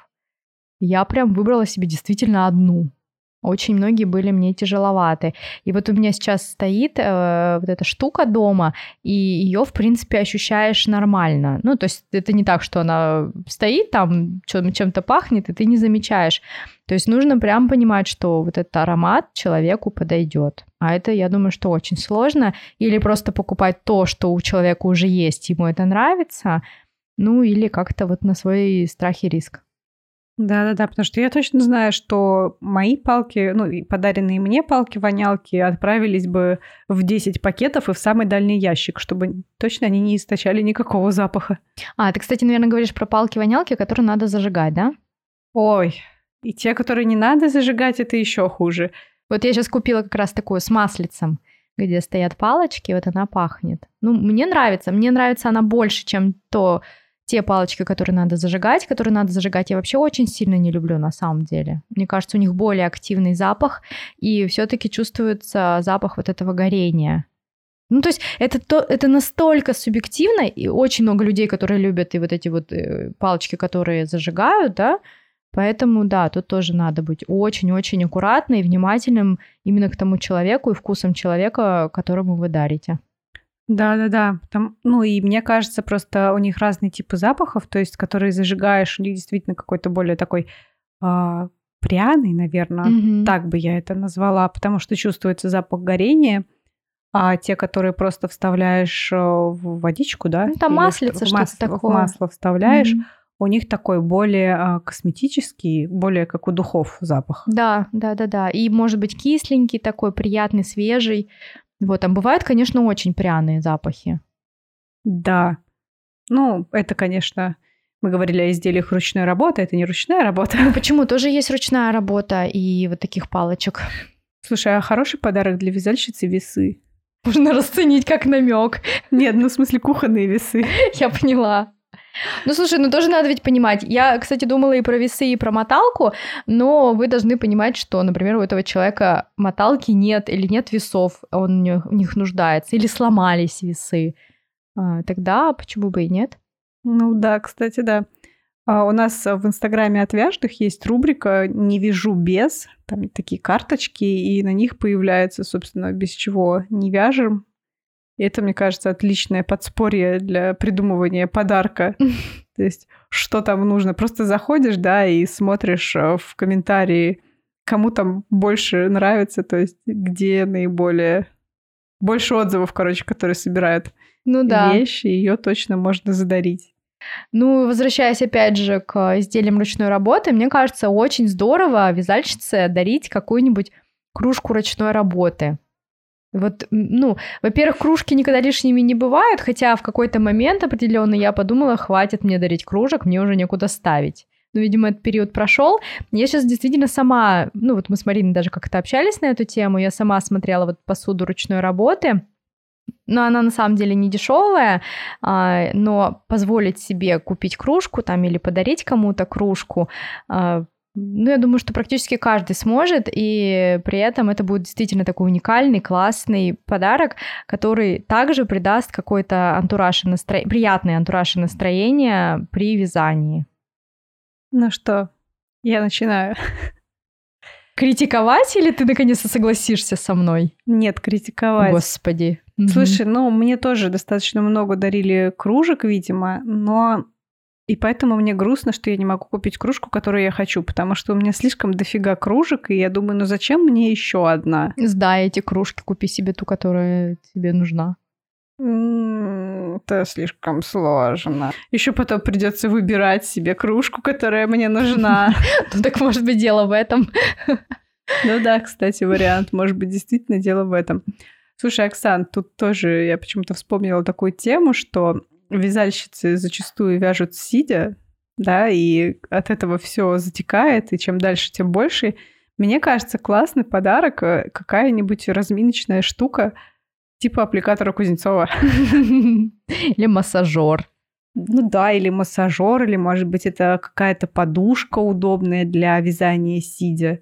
я прям выбрала себе действительно одну. Очень многие были мне тяжеловаты. И вот у меня сейчас стоит э, вот эта штука дома, и ее, в принципе, ощущаешь нормально. Ну, то есть это не так, что она стоит там, чем-то пахнет, и ты не замечаешь. То есть нужно прям понимать, что вот этот аромат человеку подойдет. А это, я думаю, что очень сложно. Или просто покупать то, что у человека уже есть, ему это нравится, ну, или как-то вот на свой страх и риск. Да-да-да, потому что я точно знаю, что мои палки, ну, и подаренные мне палки-вонялки отправились бы в десять пакетов и в самый дальний ящик, чтобы точно они не источали никакого запаха. А, ты, кстати, наверное, говоришь про палки-вонялки, которые надо зажигать, да? Ой, и те, которые не надо зажигать, это еще хуже. Вот я сейчас купила как раз такую с маслицем, где стоят палочки, вот она пахнет. Ну, мне нравится, мне нравится она больше, чем то... Те палочки, которые надо зажигать, которые надо зажигать, я вообще очень сильно не люблю на самом деле. Мне кажется, у них более активный запах, и все-таки чувствуется запах вот этого горения. Ну, то есть это, то, это настолько субъективно, и очень много людей, которые любят и вот эти вот э, палочки, которые зажигают, да, поэтому, да, тут тоже надо быть очень-очень аккуратным и внимательным именно к тому человеку и вкусам человека, которому вы дарите. Да-да-да. Там, ну и мне кажется, просто у них разные типы запахов, то есть, которые зажигаешь, у них действительно какой-то более такой а, пряный, наверное, Mm-hmm. так бы я это назвала, потому что чувствуется запах горения, а те, которые просто вставляешь в водичку, да? Ну, там или маслица, в что-то масло, такое. В масло вставляешь, Mm-hmm. у них такой более а, косметический, более как у духов запах. Да, да-да-да. И, может быть, кисленький такой, приятный, свежий. Вот, там бывают, конечно, очень пряные запахи. Да. Ну, это, конечно, мы говорили о изделиях ручной работы, это не ручная работа. Ну, почему? Тоже есть ручная работа и вот таких палочек. Слушай, а хороший подарок для вязальщицы — весы. Можно расценить как намек. Нет, ну, в смысле, кухонные весы. Я поняла. Ну, слушай, ну тоже надо ведь понимать. Я, кстати, думала и про весы, и про моталку, но вы должны понимать, что, например, у этого человека моталки нет, или нет весов, он в них нуждается, или сломались весы. А, тогда почему бы и нет? Ну да, кстати, да. А у нас в Инстаграме Отвяжных есть рубрика «Не вяжу без». Там такие карточки, и на них появляется, собственно, без чего не вяжем. И это, мне кажется, отличное подспорье для придумывания подарка. То есть, что там нужно? Просто заходишь, да, и смотришь в комментарии, кому там больше нравится, то есть, где наиболее... Больше отзывов, короче, которые собирают ну, да. вещи, ее точно можно задарить. Ну, возвращаясь опять же к изделиям ручной работы, мне кажется, очень здорово вязальщице дарить какую-нибудь кружку ручной работы. Вот, ну, во-первых, кружки никогда лишними не бывают, хотя в какой-то момент определенно я подумала, хватит мне дарить кружек, мне уже некуда ставить. Но, видимо, этот период прошел. Я сейчас действительно сама, ну, вот мы с Мариной даже как-то общались на эту тему, я сама смотрела вот посуду ручной работы, но она на самом деле не дешевая, но позволить себе купить кружку там или подарить кому-то кружку, ну, я думаю, что практически каждый сможет, и при этом это будет действительно такой уникальный, классный подарок, который также придаст какой-то антураж и настро... приятный антураж и настроение при вязании. Ну что, я начинаю. Критиковать или ты наконец-то согласишься со мной? Нет, критиковать. Господи. Слушай, ну, мне тоже достаточно много дарили кружек, видимо, но... И поэтому мне грустно, что я не могу купить кружку, которую я хочу, потому что у меня слишком дофига кружек, и я думаю, ну зачем мне еще одна? Сдай эти кружки, купи себе ту, которая тебе нужна. Это слишком сложно. Еще потом придется выбирать себе кружку, которая мне нужна. Ну так может быть дело в этом. Ну да, кстати, вариант. Может быть, действительно дело в этом. Слушай, Оксан, тут тоже я почему-то вспомнила такую тему, что вязальщицы зачастую вяжут сидя, да, и от этого все затекает, и чем дальше, тем больше. Мне кажется, классный подарок э, какая-нибудь разминочная штука типа аппликатора Кузнецова. Или массажер. Ну да, или массажер, или, может быть, это какая-то подушка удобная для вязания сидя.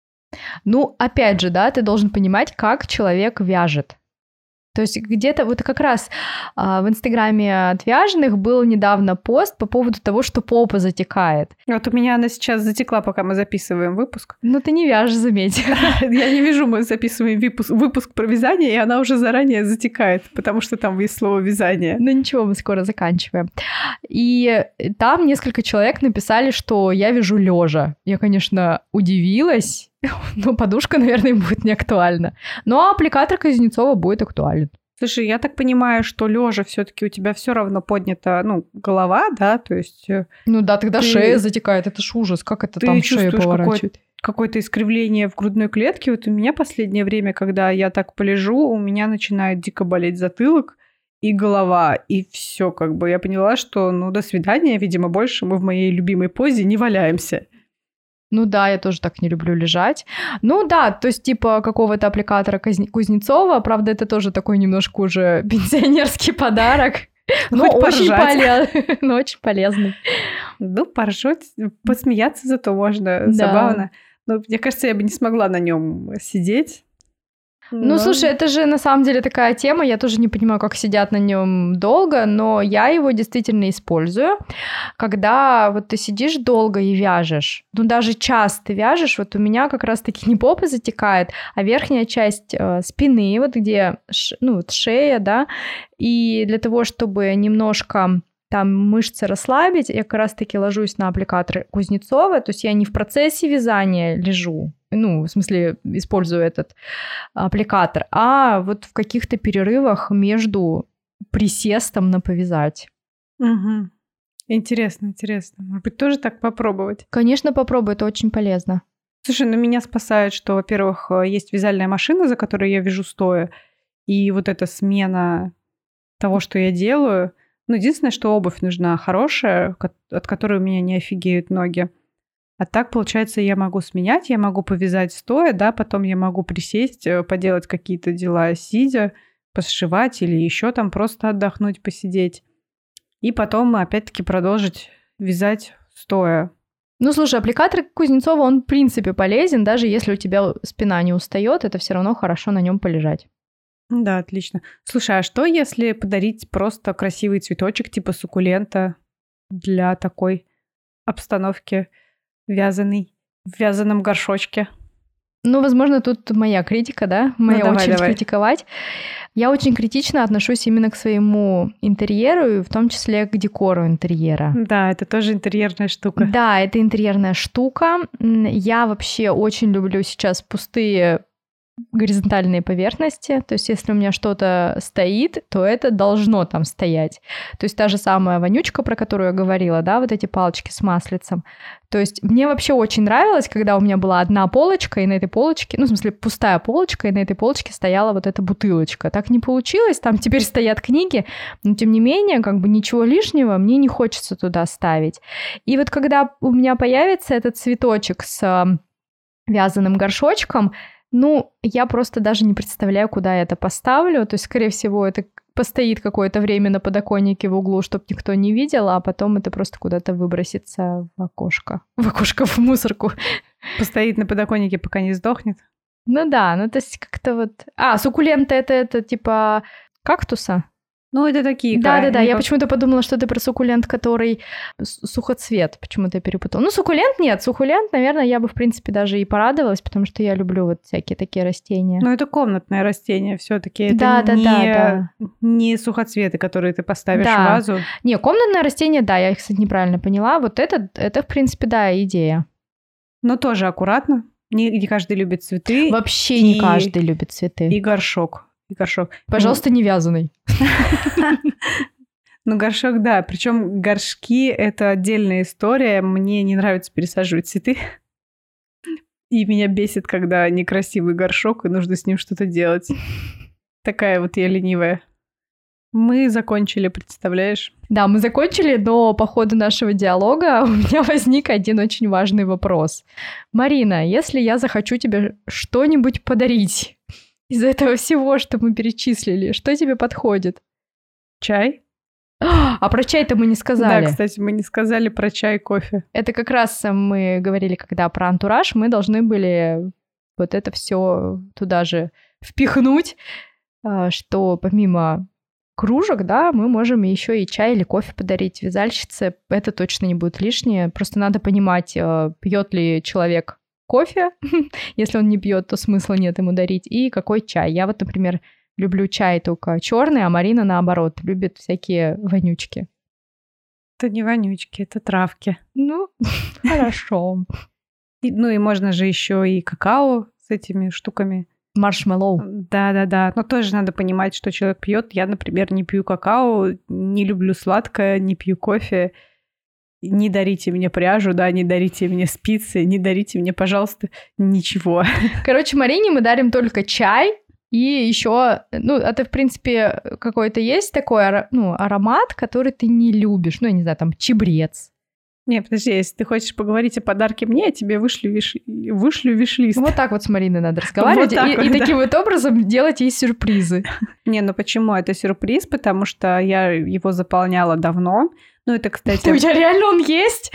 Ну, опять же, да, ты должен понимать, как человек вяжет. То есть где-то вот как раз а, в Инстаграме от вяженых был недавно пост по поводу того, что попа затекает. Вот у меня она сейчас затекла, пока мы записываем выпуск. Ну, ты не вяжешь, заметь. Я не вижу, мы записываем выпуск, выпуск про вязание, и она уже заранее затекает, потому что там есть слово «вязание». Ну ничего, мы скоро заканчиваем. И там несколько человек написали, что я вяжу лежа. Я, конечно, удивилась, но подушка, наверное, будет не актуальна. Но аппликатор Кузнецова будет актуален. Слушай, я так понимаю, что лежа все-таки у тебя все равно поднята, ну, голова, да, то есть. Ну да, тогда ты, шея затекает, это ж ужас, как это ты там шею поворачивает. Какое- какое-то искривление в грудной клетке. Вот у меня последнее время, когда я так полежу, у меня начинает дико болеть затылок и голова, и все, как бы я поняла, что, ну, до свидания, видимо, больше мы в моей любимой позе не валяемся. Ну да, я тоже так не люблю лежать. Ну да, то есть типа какого-то аппликатора Кузнецова, правда, это тоже такой немножко уже пенсионерский подарок, но очень, полез... но очень полезный. Ну, поржать, посмеяться зато можно, да. Забавно. Но мне кажется, я бы не смогла на нем сидеть. Ну, но... слушай, это же на самом деле такая тема, я тоже не понимаю, как сидят на нем долго, но я его действительно использую, когда вот ты сидишь долго и вяжешь, ну, даже час ты вяжешь, вот у меня как раз-таки не попа затекает, а верхняя часть э, спины, вот где, ш... ну, вот шея, да, и для того, чтобы немножко... там мышцы расслабить, я как раз-таки ложусь на аппликатор Кузнецова, то есть я не в процессе вязания лежу, ну, в смысле, использую этот аппликатор, а вот в каких-то перерывах между присестом на повязать. Угу. Интересно, интересно. Может быть, тоже так попробовать? Конечно, попробуй, это очень полезно. Слушай, ну меня спасает, что, во-первых, есть вязальная машина, за которой я вяжу стоя, и вот эта смена того, что я делаю. Ну, единственное, что обувь нужна хорошая, от которой у меня не офигеют ноги. А так, получается, я могу сменять, я могу повязать стоя, да, потом я могу присесть, поделать какие-то дела сидя, посшивать или еще там просто отдохнуть, посидеть. И потом, опять-таки, продолжить вязать стоя. Ну, слушай, аппликатор Кузнецова, он в принципе полезен, даже если у тебя спина не устает, это все равно хорошо на нем полежать. Да, отлично. Слушай, а что, если подарить просто красивый цветочек типа суккулента для такой обстановки вязаный, в вязаном горшочке? Ну, возможно, тут моя критика, да? Моя ну, давай, очередь давай. критиковать. Я очень критично отношусь именно к своему интерьеру, и в том числе к декору интерьера. Да, это тоже интерьерная штука. Да, это интерьерная штука. Я вообще очень люблю сейчас пустые горизонтальные поверхности, то есть если у меня что-то стоит, то это должно там стоять. То есть та же самая вонючка, про которую я говорила, да, вот эти палочки с маслицем. То есть мне вообще очень нравилось, когда у меня была одна полочка, и на этой полочке, ну, в смысле, пустая полочка, и на этой полочке стояла вот эта бутылочка. Так не получилось, там теперь стоят книги, но тем не менее, как бы ничего лишнего мне не хочется туда ставить. И вот когда у меня появится этот цветочек с вязаным горшочком, ну, я просто даже не представляю, куда я это поставлю. То есть, скорее всего, это постоит какое-то время на подоконнике в углу, чтобы никто не видел, а потом это просто куда-то выбросится в окошко. В окошко, в мусорку. Постоит на подоконнике, пока не сдохнет. Ну да, ну то есть как-то вот... А, суккуленты это, это типа кактуса? Ну, это такие... Да-да-да, я почему-то подумала, что это про суккулент, который сухоцвет, почему-то я перепутала. Ну, суккулент нет, суккулент, наверное, я бы, в принципе, даже и порадовалась, потому что я люблю вот всякие такие растения. Ну, это комнатное растение все-таки, это да, да, не, да, да. не сухоцветы, которые ты поставишь да. в вазу. Не, комнатное растение, да, я, кстати, неправильно поняла. Вот это, это в принципе, да, идея. Но тоже аккуратно. Не, не каждый любит цветы. Вообще и... не каждый любит цветы. И горшок. И горшок. Пожалуйста, ну... не вязаный. Ну, горшок, да. Причем горшки — это отдельная история. Мне не нравится пересаживать цветы. И меня бесит, когда некрасивый горшок, и нужно с ним что-то делать. Такая вот я ленивая. Мы закончили, представляешь? Да, мы закончили, но по ходу нашего диалога у меня возник один очень важный вопрос. Марина, если я захочу тебе что-нибудь подарить из этого всего, что мы перечислили, что тебе подходит? Чай? А про чай-то мы не сказали. Да, кстати, мы не сказали про чай и кофе. Это как раз мы говорили, когда про антураж, мы должны были вот это все туда же впихнуть, что помимо кружек, да, мы можем еще и чай или кофе подарить вязальщице. Это точно не будет лишнее. Просто надо понимать, пьет ли человек кофе. Если он не пьет, то смысла нет ему дарить. И какой чай. Я вот, например, люблю чай только черный, а Марина, наоборот, любит всякие вонючки. Это не вонючки, это травки. Ну, хорошо. Ну и можно же еще и какао с этими штуками. Маршмеллоу. Да-да-да. Но тоже надо понимать, что человек пьет. Я, например, не пью какао, не люблю сладкое, не пью кофе. Не дарите мне пряжу, да, не дарите мне спицы, не дарите мне, пожалуйста, ничего. Короче, Марине мы дарим только чай. И еще, ну, это, в принципе, какой-то есть такой, ну, аромат, который ты не любишь. Ну, я не знаю, там, чебрец. Не, подожди, если ты хочешь поговорить о подарке мне, я тебе вышлю, виш... вышлю виш-лист. Вот так вот с Мариной надо разговаривать. Вот и, вот, и да. таким вот образом делать ей сюрпризы. Не, ну почему это сюрприз? Потому что я его заполняла давно. Ну, это, кстати... У тебя реально он есть?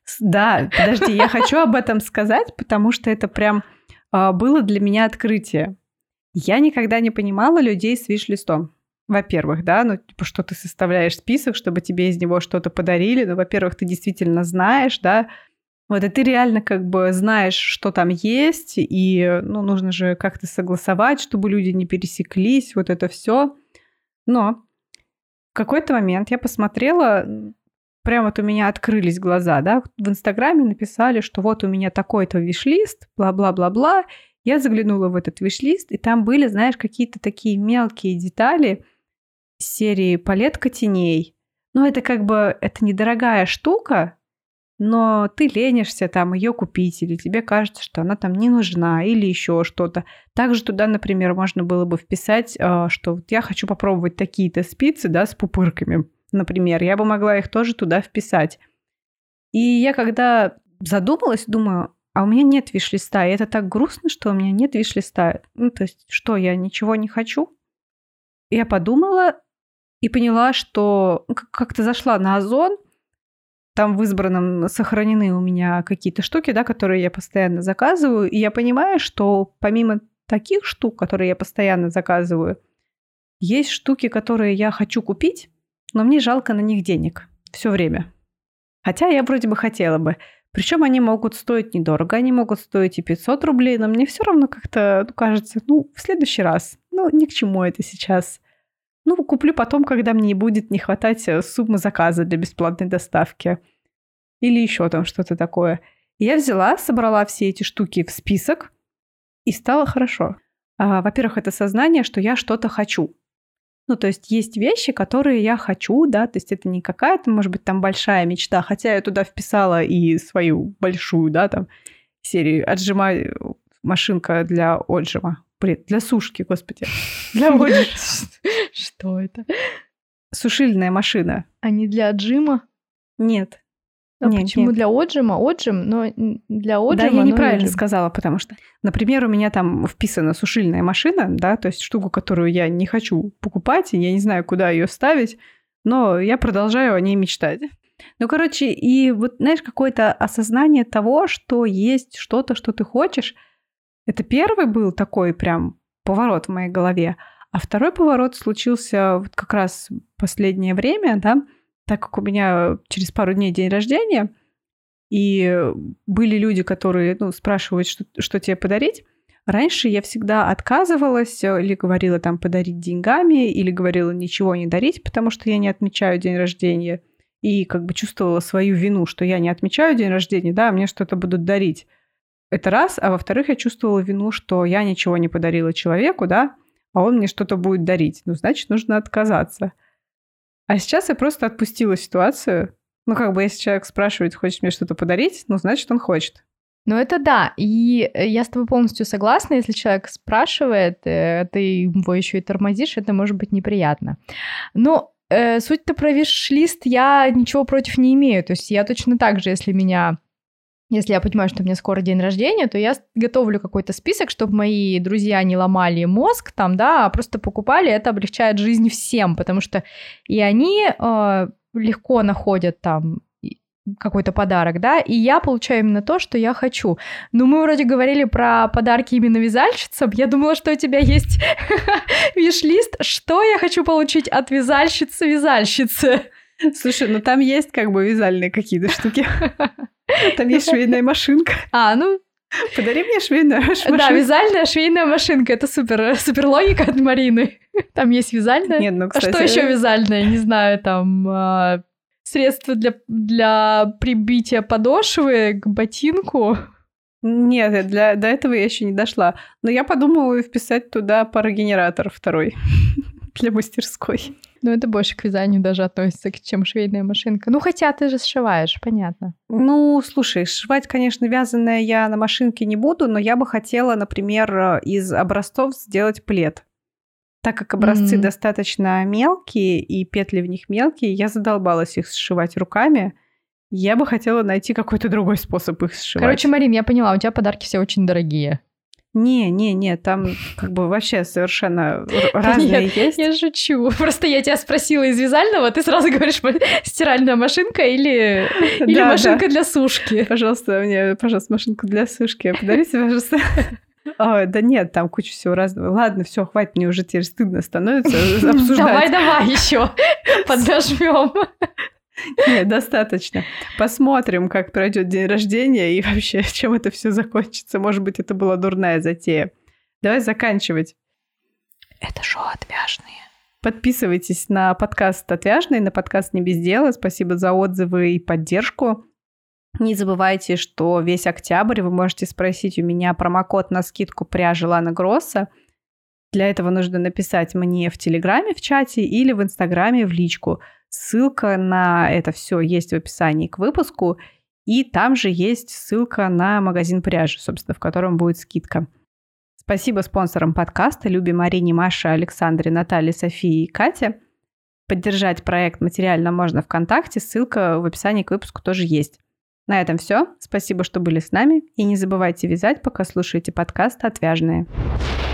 Да, подожди, я хочу об этом сказать, потому что это прям было для меня открытие. Я никогда не понимала людей с виш-листом. Во-первых, да, ну, типа, что ты составляешь список, чтобы тебе из него что-то подарили. Ну, во-первых, ты действительно знаешь, да, вот, и ты реально как бы знаешь, что там есть, и, ну, нужно же как-то согласовать, чтобы люди не пересеклись, вот это все. Но в какой-то момент я посмотрела, прям вот у меня открылись глаза, да, в Инстаграме написали, что вот у меня такой-то виш-лист, бла-бла-бла-бла. Я заглянула в этот виш-лист, и там были, знаешь, какие-то такие мелкие детали серии палетка теней. Ну, это как бы, это недорогая штука, но ты ленишься там ее купить, или тебе кажется, что она там не нужна, или еще что-то. Также туда, например, можно было бы вписать, что вот я хочу попробовать такие-то спицы, да, с пупырками, например. Я бы могла их тоже туда вписать. И я когда задумалась, думаю, а у меня нет виш-листа, и это так грустно, что у меня нет виш-листа. Ну, то есть, что, я ничего не хочу? Я подумала и поняла, что как-то зашла на Озон, там в избранном сохранены у меня какие-то штуки, да, которые я постоянно заказываю, и я понимаю, что помимо таких штук, которые я постоянно заказываю, есть штуки, которые я хочу купить, но мне жалко на них денег все время. Хотя я вроде бы хотела бы. Причем они могут стоить недорого, они могут стоить и пятьсот рублей, но мне все равно как-то кажется, ну, в следующий раз, ну, ни к чему это сейчас. Ну, куплю потом, когда мне будет не хватать суммы заказа для бесплатной доставки. Или еще там что-то такое. И я взяла, собрала все эти штуки в список, и стало хорошо. А, во-первых, это сознание, что я что-то хочу. Ну, то есть есть вещи, которые я хочу, да, то есть это не какая-то, может быть, там большая мечта, хотя я туда вписала и свою большую, да, там, серию «Отжимай машинка для отжима». Блин, для сушки, господи. Для отжима. Что это? Сушильная машина. А не для отжима? Нет. А нет, почему нет. для отжима? Отжим, но для отжима... Да, я неправильно отжим. сказала, потому что, например, у меня там вписана сушильная машина, да, то есть штуку, которую я не хочу покупать, и я не знаю, куда ее ставить, но я продолжаю о ней мечтать. Ну, короче, и вот, знаешь, какое-то осознание того, что есть что-то, что ты хочешь, это первый был такой прям поворот в моей голове, а второй поворот случился вот как раз в последнее время, да, так как у меня через пару дней день рождения, и были люди, которые, ну, спрашивают, что, что тебе подарить. Раньше я всегда отказывалась или говорила там подарить деньгами, или говорила ничего не дарить, потому что я не отмечаю день рождения. И как бы чувствовала свою вину, что я не отмечаю день рождения, да, мне что-то будут дарить. Это раз. А во-вторых, я чувствовала вину, что я ничего не подарила человеку, да, а он мне что-то будет дарить. Ну, значит, нужно отказаться. А сейчас я просто отпустила ситуацию. Ну, как бы, если человек спрашивает, хочешь мне что-то подарить, ну, значит, он хочет. Ну, это да. И я с тобой полностью согласна. Если человек спрашивает, э, ты его еще и тормозишь, это может быть неприятно. Но э, суть-то про виш-лист я ничего против не имею. То есть я точно так же, если меня... Если я понимаю, что у меня скоро день рождения, то я готовлю какой-то список, чтобы мои друзья не ломали мозг там, да, а просто покупали. Это облегчает жизнь всем, потому что и они э, легко находят там какой-то подарок, да, и я получаю именно то, что я хочу. Но мы вроде говорили про подарки именно вязальщицам. Я думала, что у тебя есть виш-лист, что я хочу получить от вязальщицы-вязальщицы. Слушай, ну там есть как бы вязальные какие-то штуки. Там есть швейная машинка. А, ну... Подари мне швейную машинку. Да, вязальная швейная машинка. Это супер, супер логика от Марины. Там есть вязальная. Нет, ну, кстати... А что еще вязальная? Не знаю, там... Средства для, для прибития подошвы к ботинку. Нет, для, до этого я еще не дошла. Но я подумала вписать туда парогенератор второй для мастерской. Ну, это больше к вязанию даже относится, чем швейная машинка. Ну, хотя ты же сшиваешь, понятно. Ну, слушай, сшивать, конечно, вязаное я на машинке не буду, но я бы хотела, например, из образцов сделать плед. Так как образцы mm-hmm. достаточно мелкие, и петли в них мелкие, я задолбалась их сшивать руками. Я бы хотела найти какой-то другой способ их сшивать. Короче, Марин, я поняла, у тебя подарки все очень дорогие. Не-не-не, там как бы вообще совершенно разные Нет, есть. Я шучу. Просто я тебя спросила из вязального, ты сразу говоришь, стиральная машинка или, или да, машинка да. для сушки. Пожалуйста, мне, пожалуйста, машинку для сушки. Подарите, пожалуйста. О, да нет, там куча всего разного. Ладно, все, хватит, мне уже теперь стыдно становится обсуждать. Давай, давай еще поднажмем. Нет, достаточно. Посмотрим, как пройдет день рождения и вообще, чем это все закончится. Может быть, это была дурная затея. Давай заканчивать. Это шоу «Отвяжные». Подписывайтесь на подкаст «Отвяжные», на подкаст «Не без дела». Спасибо за отзывы и поддержку. Не забывайте, что весь октябрь вы можете спросить у меня промокод на скидку пряжи Лана Гросса. Для этого нужно написать мне в Телеграме в чате или в Инстаграме в личку. Ссылка на это все есть в описании к выпуску. И там же есть ссылка на магазин пряжи, собственно, в котором будет скидка. Спасибо спонсорам подкаста, Любе, Марине, Маше, Александре, Наталье, Софии и Кате. Поддержать проект материально можно ВКонтакте, ссылка в описании к выпуску тоже есть. На этом все. Спасибо, что были с нами. И не забывайте вязать, пока слушаете подкаст «Отвяжные».